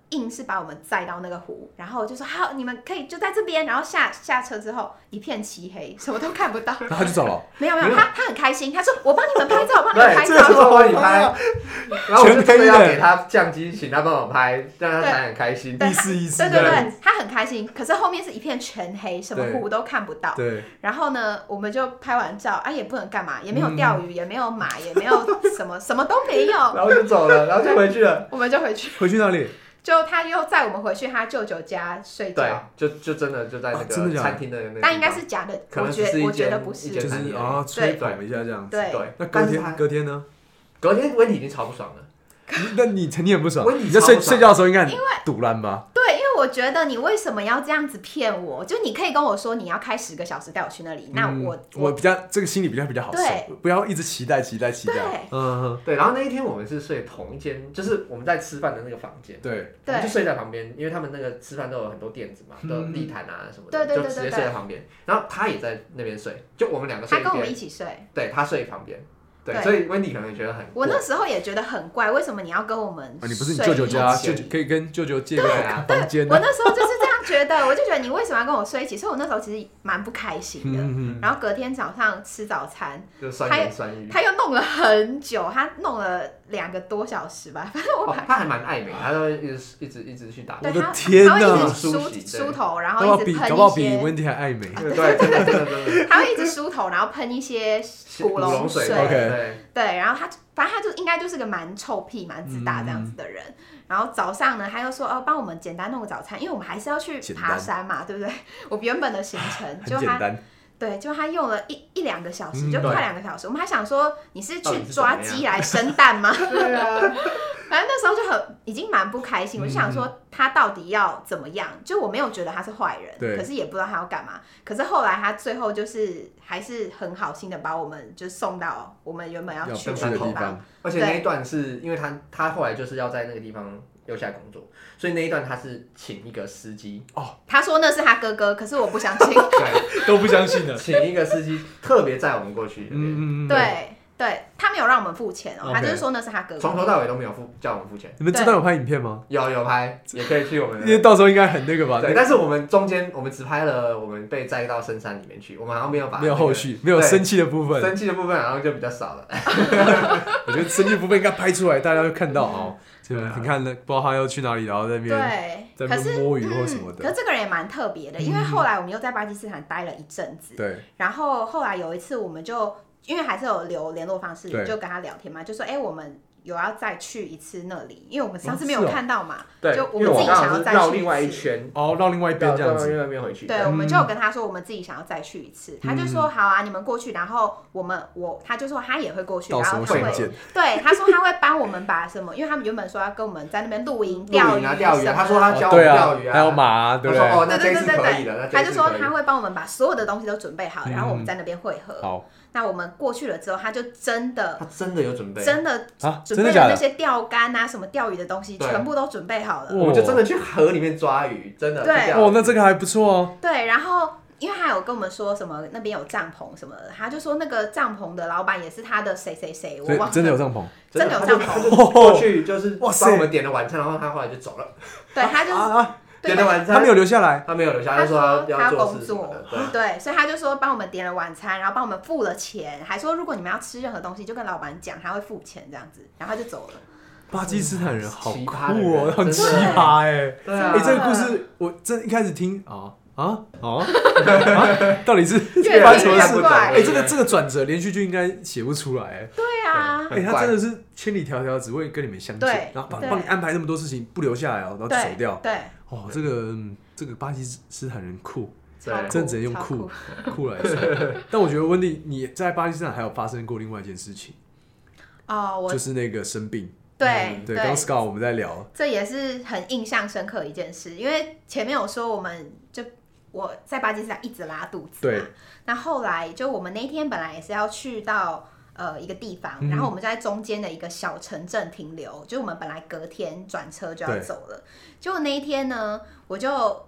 硬是把我们载到那个湖，然后就说好，你们可以就在这边。然后下下车之后一片漆黑，什么都看不到。 然后他就走了。 没有没有，他他很开心，他说我帮你们拍照，我帮你们拍照。 对，这个我帮你拍。然后我就真的要给他相机，请他帮我拍，让他才很开心。 意思意思。 对对对，他很开心。可是后面是一片全黑，什么湖都看不到。 对。 然后呢，我们就拍完照啊，也不能干嘛，也没有钓鱼，也没有马，也没有什么，什么都没有。 然后就走了，然后就回去了。 我们就回去。 回去哪里？ 就他又载我们回去他舅舅家睡觉。 对，就就真的就在那个餐厅的那个。 但应该是假的，我觉得我觉得不是， 就是啊，吹捧一下这样子。 对。 那隔天隔天呢？ 隔天温迪已经超不爽了。 那你你很不爽？你在睡睡觉的时候应该很堵烂吧？ 对，因为我觉得你为什么要这样子骗我？就你可以跟我说你要开十个小时带我去那里，那我我比较这个心里比较比较好受，不要一直期待期待期待。 嗯，对。然后那一天我们是睡同一间，就是我们在吃饭的那个房间， 对， 我们就睡在旁边，因为他们那个吃饭都有很多垫子嘛，都有地毯啊什么的，就直接睡在旁边。然后他也在那边睡，就我们两个睡一边， 他跟我们一起睡， 对他睡旁边。对，所以温迪可能觉得很…… 我那时候也觉得很怪，为什么你要跟我们睡？ 你不是你舅舅家，舅舅可以跟舅舅借个房间。 我那时候就是这样觉得，我就觉得你为什么要跟我睡一起？所以我那时候其实蛮不开心的。嗯、然后隔天早上吃早餐， 就酸言酸语， 他又弄了很久，他弄了两个多小时吧。反正我、 哦、他还蛮爱美，他都会一直一直一直去打。 我的天哪！ 他会一直梳梳头，然后一直喷一些。 搞不好比温迪还爱美。 对对对对。 他会一直梳头，然后喷一些古龙水。 OK。 对，然后他反正他就应该就是个蛮臭屁、蛮自大这样子的人。嗯、然后早上呢，他又说哦，帮我们简单弄个早餐，因为我们还是要去爬山嘛，对不对？我原本的行程就他对，就他用了一一两个小时，就快两个小时。嗯、我们还想说你是去抓鸡来生蛋吗？ 对啊。 反正那时候就很已经蛮不开心，我就想说他到底要怎么样？就我没有觉得他是坏人，可是也不知道他要干嘛。可是后来他最后就是还是很好心的把我们就送到我们原本要去的地方。 而且那一段是因为他他后来就是要在那个地方留下来工作，所以那一段他是请一个司机哦。他说那是他哥哥，可是我不相信， 对， 都不相信的。 请一个司机特别载我们过去， 嗯嗯，对。对他没有让我们付钱哦， okay, 他就是说那是他哥哥， 从头到尾都没有付叫我们付钱。 你们知道有拍影片吗？ 有有拍，也可以去我们。 因为到时候应该很那个吧？ 对，但是我们中间我们只拍了我们被载到深山里面去，我们好像没有把、那個、 没有后续，没有生气的部分， 生气的部分好像就比较少了。 我觉得生气的部分应该拍出来，大家会看到哦。你看，不知道他要去哪里，然后在那边在那边摸鱼或什么的。 可是这个人也蛮特别的，因为后来我们又在巴基斯坦待了一阵子。 对。 然后后来有一次，我们就。因为还是有留联络方式，就跟他聊天嘛，就说哎、欸，我们有要再去一次那里，因为我们上次没有看到嘛， 哦、 就我们自己想要再去一次。 绕另外一圈， 哦，绕另外一边这样子， 绕另外一边回去。 对，我们就有跟他说，我们自己想要再去一次，嗯、他就说好啊，你们过去，然后我们我他就说他也会过去，然后他会，对，他说他会帮我们把什么，因为他们原本说要跟我们在那边露营、钓鱼啊、钓鱼啊，他说他教我们钓鱼啊， 还有马，对不对？ 哦，那这次可以了， 他就说他会帮我们把所有的东西都准备好，然后我们在那边汇合。 好。 那我们过去了之后，他就真的， 他真的有准备， 真的准备了那些钓竿啊，什么钓鱼的东西，全部都准备好了。 我们就真的去河里面抓鱼，真的。 对， 哦，那这个还不错哦。 对，然后因为他有跟我们说什么那边有帐篷什么的，他就说那个帐篷的老板也是他的谁谁谁，我忘了。 真的有帐篷， 真的有帐篷。 过去就是帮我们点了晚餐，然后他后来就走了。 对，他就。 点了晚餐， 他没有留下来， 他没有留下来， 他说他要工作， 对，所以他就说帮我们点了晚餐，然后帮我们付了钱，还说如果你们要吃任何东西，就跟老板讲，他会付钱这样子，然后他就走了。 巴基斯坦人好酷哦，很奇葩哎！哎，这个故事我真一开始听啊啊啊，到底是发生什么事？哎，这个这个转折连续剧应该写不出来。 对啊， 哎，他真的是千里迢迢只为跟你们相见，然后帮帮你安排那么多事情，不留下来哦，然后就走掉。 对。 哦，这个这个巴基斯坦人酷， 真的只能用酷酷来说。但我觉得温迪你在巴基斯坦还有发生过另外一件事情哦，我就是那个生病。 对对，刚 Scott 我们在聊， 这也是很印象深刻的一件事，因为前面有说我们就我在巴基斯坦一直拉肚子嘛， 对， 那后来就我们那一天本来也是要去到。呃，一个地方，然后我们在中间的一个小城镇停留，嗯、就我们本来隔天转车就要走了，结果那一天呢，我就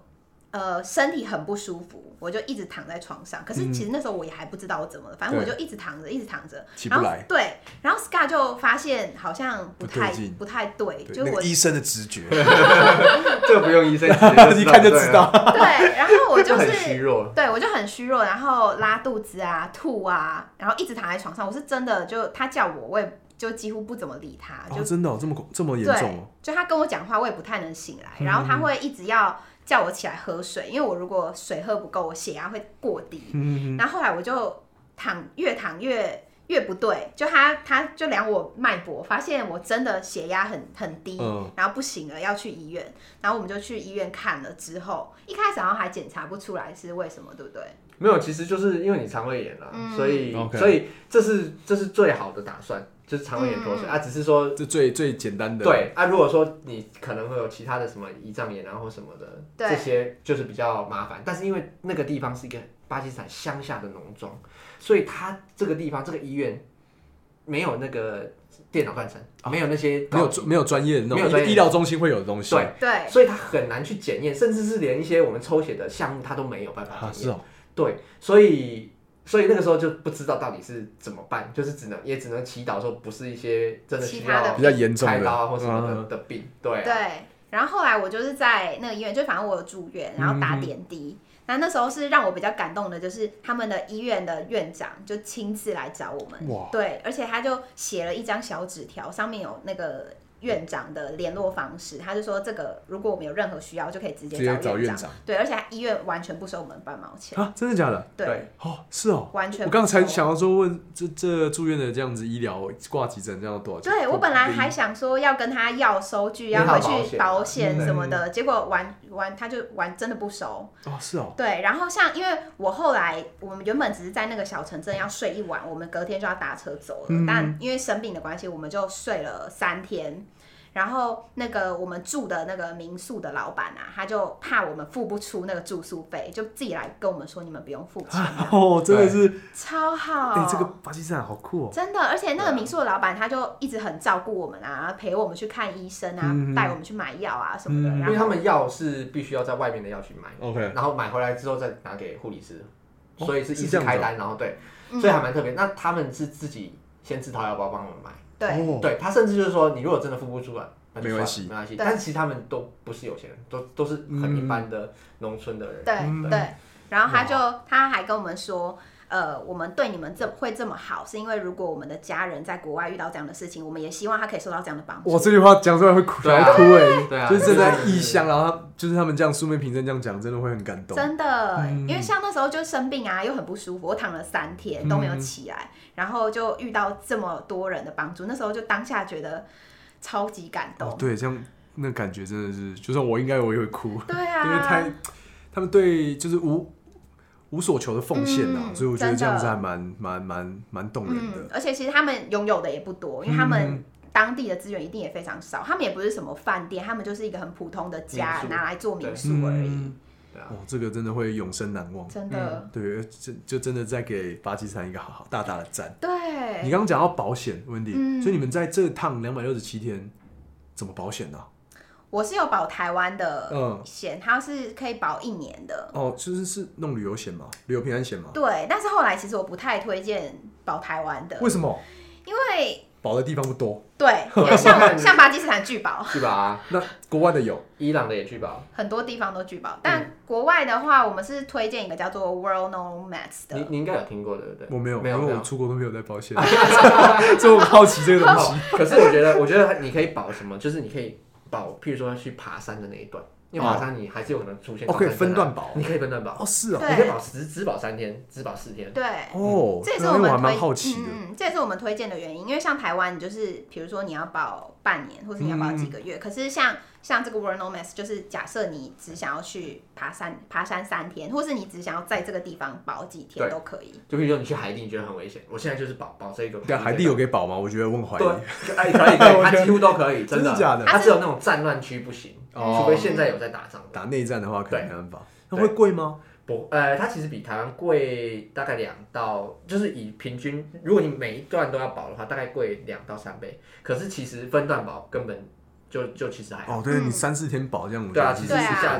呃身体很不舒服，我就一直躺在床上。可是其实那时候我也还不知道我怎么了，反正我就一直躺着，一直躺着， 起不来。 对，然后 Scar 就发现好像不太不太对，就我医生的直觉， 这个不用医生直觉， 一看就知道。 对，然后我就是很虚弱， 对我就很虚弱，然后拉肚子啊、吐啊，然后一直躺在床上。我是真的就他叫我，我也就几乎不怎么理他。就哦，真的哦，这么这么严重哦。 就他跟我讲话，我也不太能醒来，然后他会一直要叫我起来喝水，因为我如果水喝不够，我血压会过低。嗯、然后后来我就躺，越躺越越不对，就他他就量我脉搏，发现我真的血压很很低，嗯、然后不行了，要去医院。然后我们就去医院看了之后，一开始好像还检查不出来是为什么，对不对？ 没有，其实就是因为你肠胃炎了，嗯、所以、 okay. 所以这是这是最好的打算。就是肠胃炎脱水、嗯、啊，只是说这最最简单的。 对啊，如果说你可能会有其他的什么胰脏炎啊或什么的，这些就是比较麻烦。但是因为那个地方是一个巴基斯坦乡下的农庄，所以它这个地方这个医院没有那个电脑断层，哦、没有那些没有没有专业的那种医疗中心会有的东西。 对对， 所以它很难去检验，甚至是连一些我们抽血的项目它都没有办法检验。 啊，是哦。 对，所以。所以那个时候就不知道到底是怎么办，就是只能也只能祈祷说不是一些真的需要比较严重的开刀啊或什么的、嗯、的病，对、啊。 对，然后后来我就是在那个医院，就反正我有住院，然后打点滴。嗯、那那时候是让我比较感动的，就是他们的医院的院长就亲自来找我们，对，而且他就写了一张小纸条，上面有那个。院长的联络方式，他就说这个如果我们有任何需要，就可以直接找院 长, 找院长。 对，而且医院完全不收我们半毛钱啊！真的假的？ 对， 哦，是哦， 完全不收。 我刚才想要说问这这住院的这样子医疗挂急诊这样多少钱？ 对我本来还想说要跟他要收据，要回去保险什么的，结果完完他就完真的不收。 哦，是哦。 对，然后像因为我后来我们原本只是在那个小城镇要睡一晚，我们隔天就要搭车走了，嗯、但因为生病的关系，我们就睡了三天。然后那个我们住的那个民宿的老板啊，他就怕我们付不出那个住宿费，就自己来跟我们说你们不用付钱。 哦，真的是超好。 哎、欸，这个巴基斯坦好酷哦。 真的，而且那个民宿的老板他就一直很照顾我们啊，陪我们去看医生啊，带、嗯、我们去买药啊什么的。 嗯、然后因为他们药是必须要在外面的药局买 ，OK， 然后买回来之后再拿给护理师，哦、所以是一次开单，然后对，所以还蛮特别。嗯、那他们是自己先自掏腰包帮我们买， 对， 对他甚至就是说，你如果真的付不出来。 没关系， 没关系。但是其实他们都不是有钱人，都都是很一般的农村的人。 对、嗯、对。然后他就他还跟我们说，呃，我们对你们这会这么好，是因为如果我们的家人在国外遇到这样的事情，我们也希望他可以受到这样的帮助。 哇，这句话讲出来会哭，对啊、哭哎， 对啊， 就是真的在异乡，然后就是他们这样素昧平生这样讲，真的会很感动。 真的，嗯、因为像那时候就生病啊，又很不舒服，我躺了三天都没有起来，嗯、然后就遇到这么多人的帮助，那时候就当下觉得超级感动。 哦、对，这样。那感觉真的是，就算我应该我也会哭， 对啊， 因为太他们对就是无无所求的奉献啊、嗯，所以我觉得这样子还蛮蛮蛮蛮动人的、嗯。 而且其实他们拥有的也不多，因为他们当地的资源一定也非常少，他们也不是什么饭店，他们就是一个很普通的家，拿来做民宿而已。嗯哦，这个真的会永生难忘， 真的。 嗯、对，就就真的在给巴基斯坦一个好好大大的赞。 对， 你刚刚讲到保险问题、嗯，所以你们在这趟两百六十七天怎么保险呢、啊？ 我是有保台湾的险、嗯，它是可以保一年的。 哦，就是是弄旅游险嘛，旅游平安险嘛。 对，但是后来其实我不太推荐保台湾的。 为什么？ 因为保的地方不多。 对，因为像像巴基斯坦拒保。 拒保啊？ 那国外的有， 伊朗的也拒保， 很多地方都拒保。但国外的话，我们是推荐一个叫做 World Nomads 的。 你你应该有听过对不对？ 我没有， 没有， 因为我出国都没有在保险，所以我好奇这个东西。 可是我觉得，我觉得你可以保什么？就是你可以。保，譬如说去爬山的那一段，因为爬山你还是有可能出现。 哦，可以分段保， 你可以分段保。 哦，是哦， 你可以保只只保三天，只保四天。 对， 哦， 这也是我们还蛮好奇的。 嗯，这也是我们推荐的原因，因为像台湾，你就是比如说你要保半年，或是你要保几个月，嗯、可是像像这个 World Nomads， 就是假设你只想要去爬山，爬山三天，或是你只想要在这个地方保几天都可以。 就比如说你去海地，你觉得很危险，我现在就是保保这个。 对，海地有给保吗？我觉得问怀疑。 对，哎，可以可以，它几乎都可以，真的。 真的假的？ 它只有那种战乱区不行，除非现在有在打仗。 打内战的话，可能没办法。那会贵吗？ 不，呃，它其实比台湾贵大概两到，就是以平均，如果你每一段都要保的话，大概贵两到三倍。可是其实分段保根本就就其实还好。 哦，对，你三四天保这样， 对啊，其实一下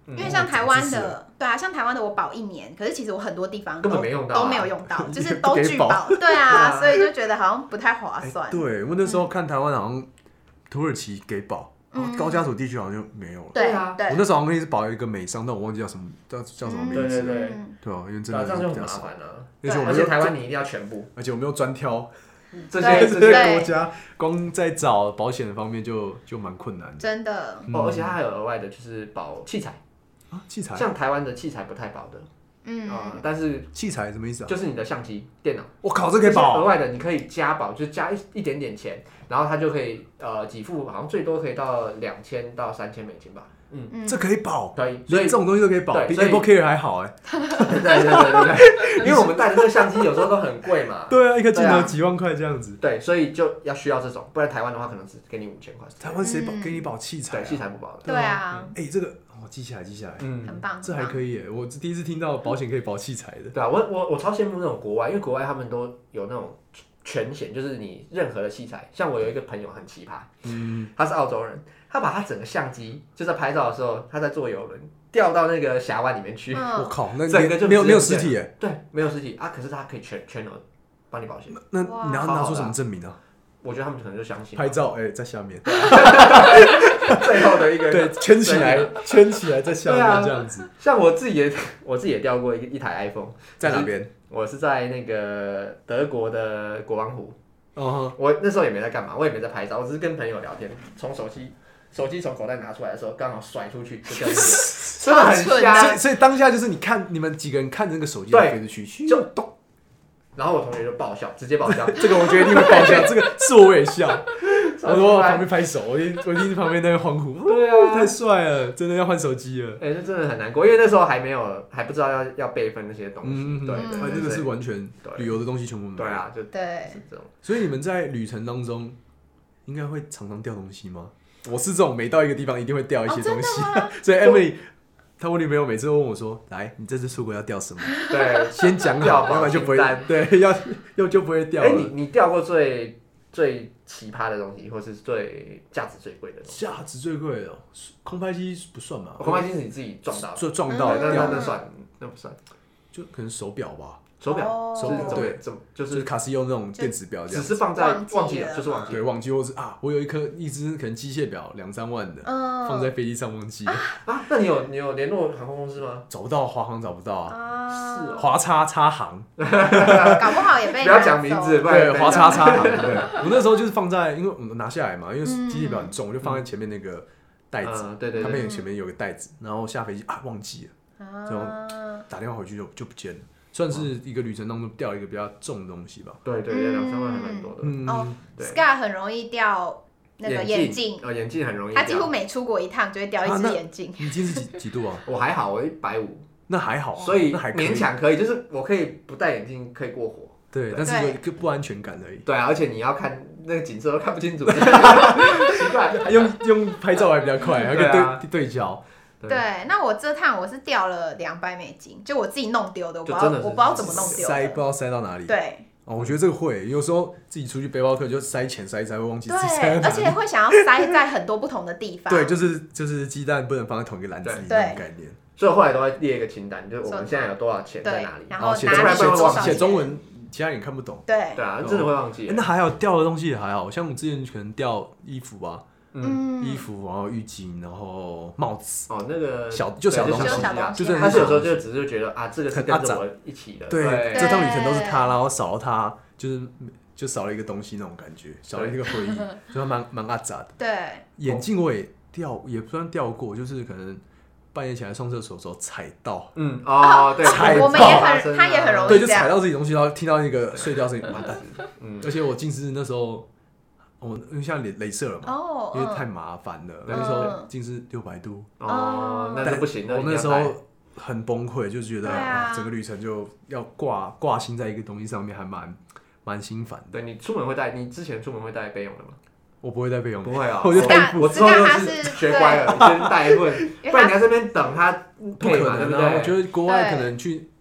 因为像台湾的，对啊，像台湾的我保一年，可是其实我很多地方根本没用到、啊， 都没有用到，就是都拒保，对啊，所以就觉得好像不太划算。 欸、对，我那时候看台湾好像土耳其给保，嗯、高加索地区好像就没有了。 对啊，对。 我那时候好像一直保一个美商，但我忘记叫什么叫叫什么名字。 对对对， 对啊，因为真的这样就很麻烦了。 而且我而且台湾你一定要全部， 而且我们又专挑。 这些这些国家光在找保险的方面就就蛮困难的， 真的。 哦，而且它还有额外的，就是保器材啊，器材。 像台湾的器材不太保的，嗯啊、呃，但是器材什么意思啊？ 就是你的相机、电脑。 我靠，这可以保。 额外的你可以加保，就加一一点点钱，然后它就可以呃给付，好像最多可以到两千到三千美金吧。 嗯，这可以保， 可以， 所以这种东西都可以保，比 Apple Care 还好哎。 对对对对对，因为我们带的这个相机有时候都很贵嘛。 对啊，一个镜头几万块这样子。 对，所以就要需要这种，不然台湾的话可能只给你五千块。 台湾谁保给你保器材？ 对，器材不保的。 对啊。 哎，这个我记起来，记起来， 嗯，很棒， 这还可以耶。我第一次听到保险可以保器材的。 对啊，我我我超羡慕那种国外，因为国外他们都有那种全险，就是你任何的器材。像我有一个朋友很奇葩，嗯，他是澳洲人。他把他整个相机就在拍照的时候，他在坐邮轮掉到那个峡湾里面去。我、 嗯、 靠，那整个就没有没有实体耶？ 对，没有实体啊。可是他可以全全额帮你保险。 那你要拿出什么证明啊？ 我觉得他们可能就相信拍照，哎、欸，在下面， 最后的一个对圈起来，圈起来在下面这样子。 啊、像我自己也，我自己也掉过一一台 iPhone， 在哪边？ 我是在那个德国的国王湖。 哦、uh ， huh. 我那时候也没在干嘛，我也没在拍照，我只是跟朋友聊天，从手机。手机从口袋拿出来的时候，刚好甩出去，就掉进去，真的很瞎。 所以，所以当下就是你看你们几个人看着那个手机飞出去， 就咚。然后我同学就爆笑，直接爆笑。 这个我觉得一定会爆笑，这个是我也笑。我说我旁边拍手，我一我一定旁边那个欢呼。 对啊， 太帅了，真的要换手机了。 哎、欸，那真的很难过，因为那时候还没有，还不知道要要备份那些东西。嗯、对对对， 这个是完全旅游的东西全部没有。 对啊，就对是这种。 所以你们在旅程当中，应该会常常掉东西吗？我是这种每到一个地方一定会掉一些东西， 哦、 所以 Emily 她我女朋友每次都问我说：“来，你这次出国要掉什么？” 对， 先讲好，要不然就不会对，要要就不会掉了。 哎、欸，你你掉过最最奇葩的东西，或是最价值最贵的东西？ 价值最贵的空拍机不算嘛？ 空拍机是你自己撞到的， 就撞到那掉那算那不算， 就可能手表吧。 手表，手表对，怎么就是卡西欧那种电子表， 只是放在忘记了，就是忘记了， 对，忘记或是啊，我有一颗一只可能机械表两三万的，嗯，放在飞机上忘记了啊。那你有你有联络航空公司吗？ 找不到，华航找不到啊，是华叉叉航， 搞不好也被不要讲名字， 对，华叉叉航，对，我那时候就是放在，因为我们拿下来嘛，因为机械表很重，我就放在前面那个袋子， 对对， 它面前面有个袋子，然后下飞机啊忘记了，就打电话回去就就不见了。算是一个旅程当中掉一个比较重的东西吧。 对对对，两三万还蛮多的。 嗯，哦 ，Scar 很容易掉那个眼镜， 哦，眼镜很容易掉。 他几乎每出国一趟就会掉一只眼镜。 你近视几几度啊？ 我还好，我一百五， 那还好， 所以勉强可以，就是我可以不戴眼镜可以过火。 对，但是有一个不安全感而已。 对啊，而且你要看那个景色都看不清楚，奇怪。 用用拍照还比较快，还可以对对焦。 对，那我这趟我是掉了两百美金，就我自己弄丢的，我不知道我不知道怎么弄丢的， 塞不知道塞到哪里。 对， 哦，我觉得这个会，有时候自己出去背包客就塞钱塞一塞会忘记自己塞在哪里，而且会想要塞在很多不同的地方。 对，就是就是鸡蛋不能放在同一个篮子里那种概念。 所以我后来都会列一个清单，就是我们现在有多少钱在哪里， 然后写哪里写多少写中文，其他人看不懂。 对对啊，真的会忘记。 那还好掉的东西也还好，像我之前可能掉衣服吧。 嗯， 衣服，然后浴巾，然后帽子。 哦，那个小就小东西啊， 就是他是有时候就只是觉得啊，这个是跟着我一起的。 对，这趟旅程都是他，然后少了他，就是就少了一个东西那种感觉，少了一个回忆，所以蛮蛮阿杂的。 对， 眼镜我也掉，也不算掉过，就是可能半夜起来上厕所的时候踩到。 嗯，哦，对， 踩到， 我们也很，他也很容易对，就踩到自己东西，然后听到那个碎掉声音，完蛋。 嗯， 而且我近视那时候。我因为现在雷射了嘛，哦、因为太麻烦了。嗯、那时候近视六百度， 哦，那是不行的。 我那时候很崩溃，就觉得、啊、整个旅程就要挂挂心在一个东西上面，还蛮蛮心烦的。 对，你出门会带，你之前出门会带备用的吗？ 我不会带备用的， 不会啊、 喔，我就带一副。 我之后就是学乖了，先带一份，不然你在这边等它配嘛，对不对？ 我觉得国外可能去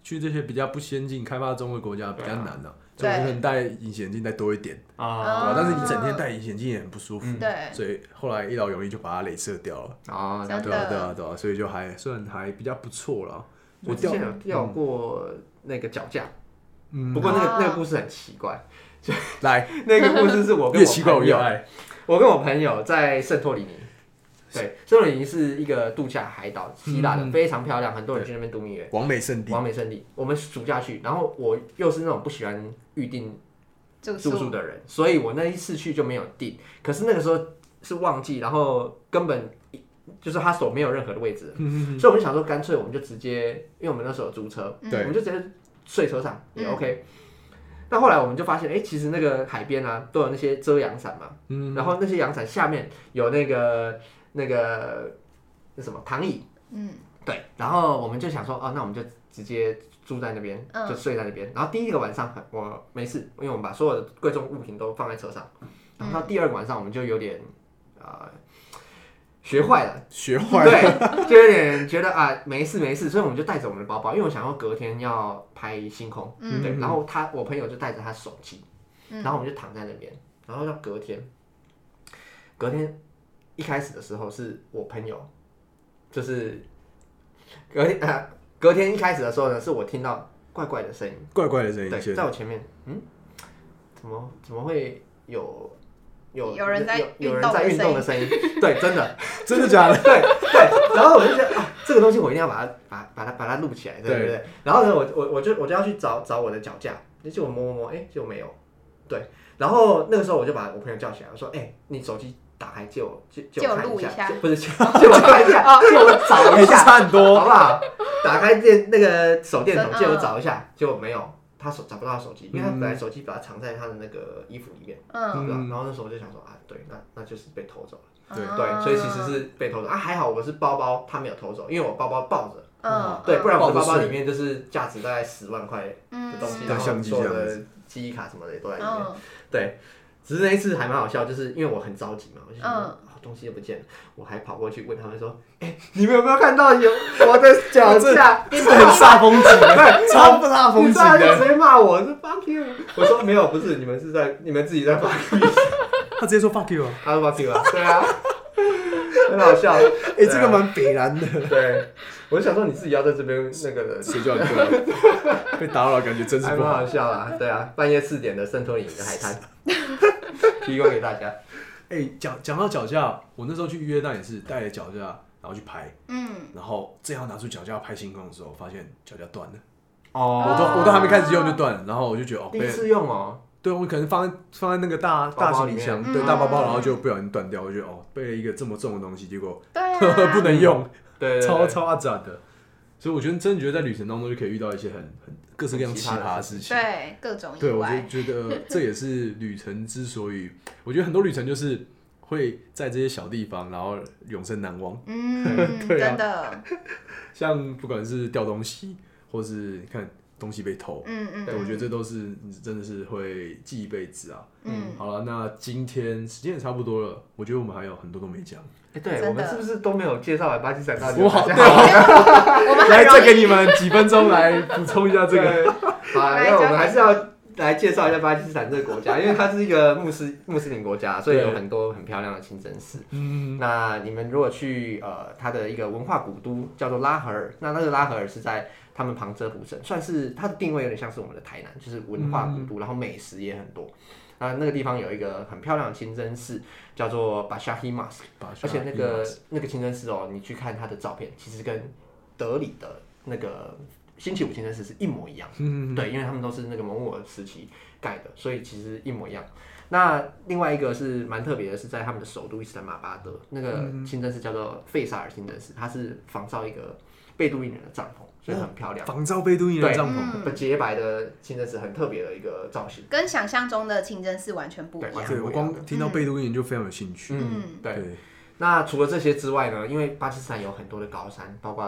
去这些比较不先进、开发中的国家比较难的、啊，所以我可能戴隐形眼镜戴多一点啊，但是你整天戴隐形眼镜也很不舒服， 对， 所以后来一劳永逸就把它雷射掉了啊，对啊对啊对啊，所以就还算还比较不错了。 我之前有掉过那个脚架，嗯，不过那个那个故事很奇怪， 来那个故事是我跟我朋友，我跟我朋友在圣托里尼。对，圣托里尼是一个度假海岛，希腊的、嗯、非常漂亮，很多人去那边度蜜月， 完美圣地。 完美圣地，我们暑假去，然后我又是那种不喜欢预定住宿的人，所以我那一次去就没有订。可是那个时候是旺季，然后根本就是他所没有任何的位置，嗯、所以我们就想说，干脆我们就直接，因为我们那时候有租车，对，我们就直接睡车上也 OK。嗯、那后来我们就发现，哎、欸，其实那个海边啊都有那些遮阳伞嘛，嗯、然后那些阳伞下面有那个。那个那什么躺椅，嗯，对，然后我们就想说，哦，那我们就直接住在那边，嗯、就睡在那边。然后第一个晚上我没事，因为我们把所有的贵重物品都放在车上。然后到第二个晚上，我们就有点呃学坏了， 学坏了， 对，就有点觉得啊没事没事，所以我们就带着我们的包包，因为我想要隔天要拍星空，嗯、对。然后他我朋友就带着他手机，嗯、然后我们就躺在那边，然后到隔天，隔天。一开始的时候是我朋友，就是隔天、呃、隔天一开始的时候呢，是我听到怪怪的声音， 怪怪的声音， 对，在我前面，嗯，怎么怎么会有有有人在有有人在运动的声音？对，真的， 真的假的？ 对对，然后我就觉得啊，这个东西我一定要把它把把它把它录起来，对不对？然后呢，我我我就我就要去找找我的脚架，结果我摸摸摸，哎，结果没有，对，然后那个时候我就把我朋友叫起来，我说，哎，你手机。打开借我借借我看一下，不是借我看一下，借我找一下， 差很多， 好不好？打开电那个手电筒，借我找一下，结果没有，他手找不到手机，因为他本来手机把它藏在他的那个衣服里面，嗯，然后那时候我就想说啊，对，那那就是被偷走了，对对，所以其实是被偷走啊，还好我是包包，他没有偷走，因为我包包抱着，嗯，对，不然我的包包里面就是价值大概十万块的东西，然后所有的记忆卡什么的也都在里面，对。只是那一次还蛮好笑，就是因为我很着急嘛，我就想说、嗯哦、东西都不见了，我还跑过去问他们说：“哎、欸，你们有没有看到有我的脚架？” 这很煞风景，对，超不煞风景的。 直接骂我，说 fuck you。我说没有，不是，你们是在你们自己在 fuck you。 他直接说 fuck you 啊， 他说 fuck you 啊，对啊，很好笑。哎、 欸，这个蛮北蓝的。 对，我就想说你自己要在这边那个的， 睡觉对，被打扰感觉真是不好。 还蛮好笑啦，对啊，半夜四点的圣托里尼的海滩。提供给大家。 哎、欸，讲讲到脚架，我那时候去约旦也是带着脚架，然后去拍，嗯，然后正要拿出脚架拍星空的时候，发现脚架断了。哦，我都我都还没开始用就断了，然后我就觉得哦， 第一次用哦。 对，我可能放在放在那个大大行李箱，对，大包包，然后就不小心断掉，我就觉得哦，背了一个这么重的东西，结果对、啊、 不能用， 对， 超超阿杂的。所以我觉得真的觉得在旅程当中就可以遇到一些很很各式各样奇葩的事情， 对，各种意外。 对，我就觉得这也是旅程之所以，我觉得很多旅程就是会在这些小地方，然后永生难忘。 嗯，对啊、真的。 像不管是掉东西，或是你看东西被偷，嗯嗯，对，我觉得这都是真的是会记一辈子啊。嗯，好了，那今天时间也差不多了，我觉得我们还有很多都没讲。 哎、欸，对，我们是不是都没有介绍完巴基斯坦大酒？ 我好，对，我们来再给你们几分钟来补充一下这个。 好，因为我们还是要来介绍一下巴基斯坦这个国家，因为它是一个穆斯穆斯林国家，所以有很多很漂亮的清真寺。嗯，那你们如果去呃它的一个文化古都叫做拉合尔，那那个拉合尔是在他们旁遮普省，算是它的定位有点像是我们的台南，就是文化古都，嗯、然后美食也很多。那那个地方有一个很漂亮的清真寺，叫做 Bashahi Mosque， 而且那个那个清真寺哦，你去看它的照片，其实跟德里的那个星期五清真寺是一模一样。嗯，对，因为他们都是那个蒙古时期盖的，所以其实一模一样。那另外一个是蛮特别的，是在他们的首都伊斯兰马巴德，那个清真寺叫做费萨尔清真寺，它是仿造一个贝都因人的帐篷。所以很漂亮， 仿造贝都因人的帐篷， 洁白的清真寺很特别的一个造型， 跟想象中的清真寺完全不一样。 对，我光听到贝都因人就非常有兴趣。 嗯，对。那除了这些之外呢，因为巴基斯坦有很多的高山，包括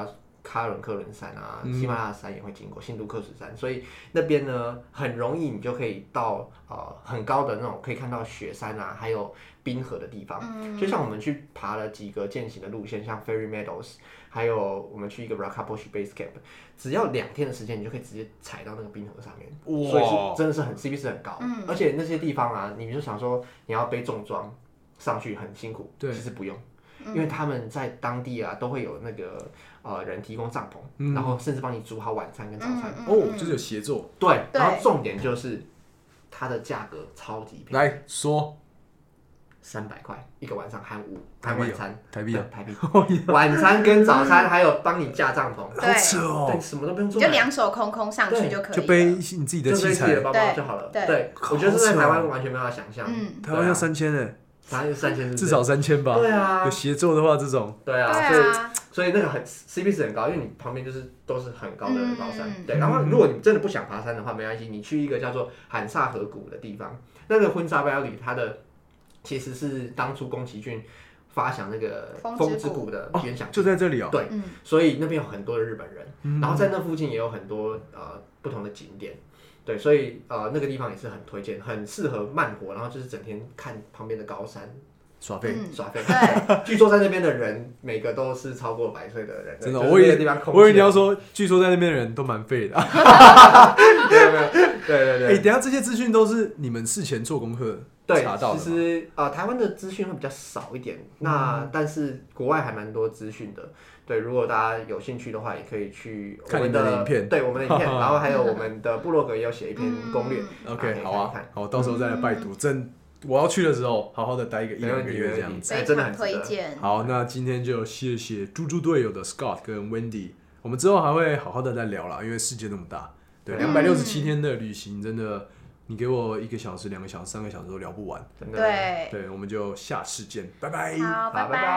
喀伦克伦山啊，喜马拉雅山也会经过，新都克什山，所以那边呢很容易你就可以到呃很高的那种可以看到雪山啊，还有冰河的地方。嗯、就像我们去爬了几个健行的路线，像 Fairy Meadows， 还有我们去一个 Rakaposhi Base Camp， 只要两天的时间，你就可以直接踩到那个冰河上面，所以是真的是很 C P 值很高。嗯、而且那些地方啊，你就想说你要背重装上去很辛苦，其实不用。因为他们在当地啊，都会有那个呃人提供帐篷，嗯、然后甚至帮你煮好晚餐跟早餐。 嗯嗯、哦，就是有协作。 对，然后重点就是它的价格超级便宜。 来说， 三百块一个晚上含午含晚餐， 台币啊， 台币。晚餐跟早餐还有帮你架帐篷， 对， 好扯哦， 对，什么都不用做， 就两手空空上去就可以了， 就背你自己的器材， 就背自己的包包就好了。对，我觉得在台湾完全没办法想象， 台湾要三千哎。 台湾三千， 至少三千吧。 对啊， 有协作的话，这种。 对啊，所以所以那个很 C P 值很高，因为你旁边就是都是很高的高山。嗯、对，然后如果你真的不想爬山的话，没关系，你去一个叫做罕萨河谷的地方，那个婚纱巴里它的其实是当初宫崎骏发想那个风之谷的原想、 哦，就在这里哦。 对，嗯、所以那边有很多的日本人，嗯、然后在那附近也有很多呃不同的景点。对，所以呃那个地方也是很推荐，很适合慢活，然后就是整天看旁边的高山耍废、 嗯、耍废。对，据说在那边的人每个都是超过百岁的人， 真的。 我以为我以为你要说，据说在那边的人都蛮废的。 没有没有，对对对。 哎、欸，等一下这些资讯都是你们事前做功课查到的吗？ 其实呃台湾的资讯会比较少一点，那、嗯、但是国外还蛮多资讯的。对，如果大家有兴趣的话，也可以去我们的, 的影片， 对我们的影片，然后还有我们的部落格也有写一篇攻略。 嗯、OK， 好啊，好，到时候再来拜读。嗯、真我要去的时候，好好的待一个一两个月这样子， 非常推荐。 好，那今天就谢谢猪猪队友的 Scott 跟 Wendy， 我们之后还会好好的再聊啦，因为世界那么大，对，两百六十七天的旅行真的。你给我一个小时、两个小时、三个小时都聊不完， 真的。 对， 对，我们就下次见，拜拜。 好，拜拜。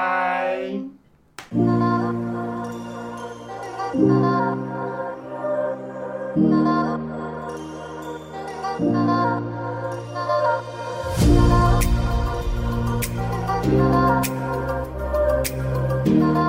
拜拜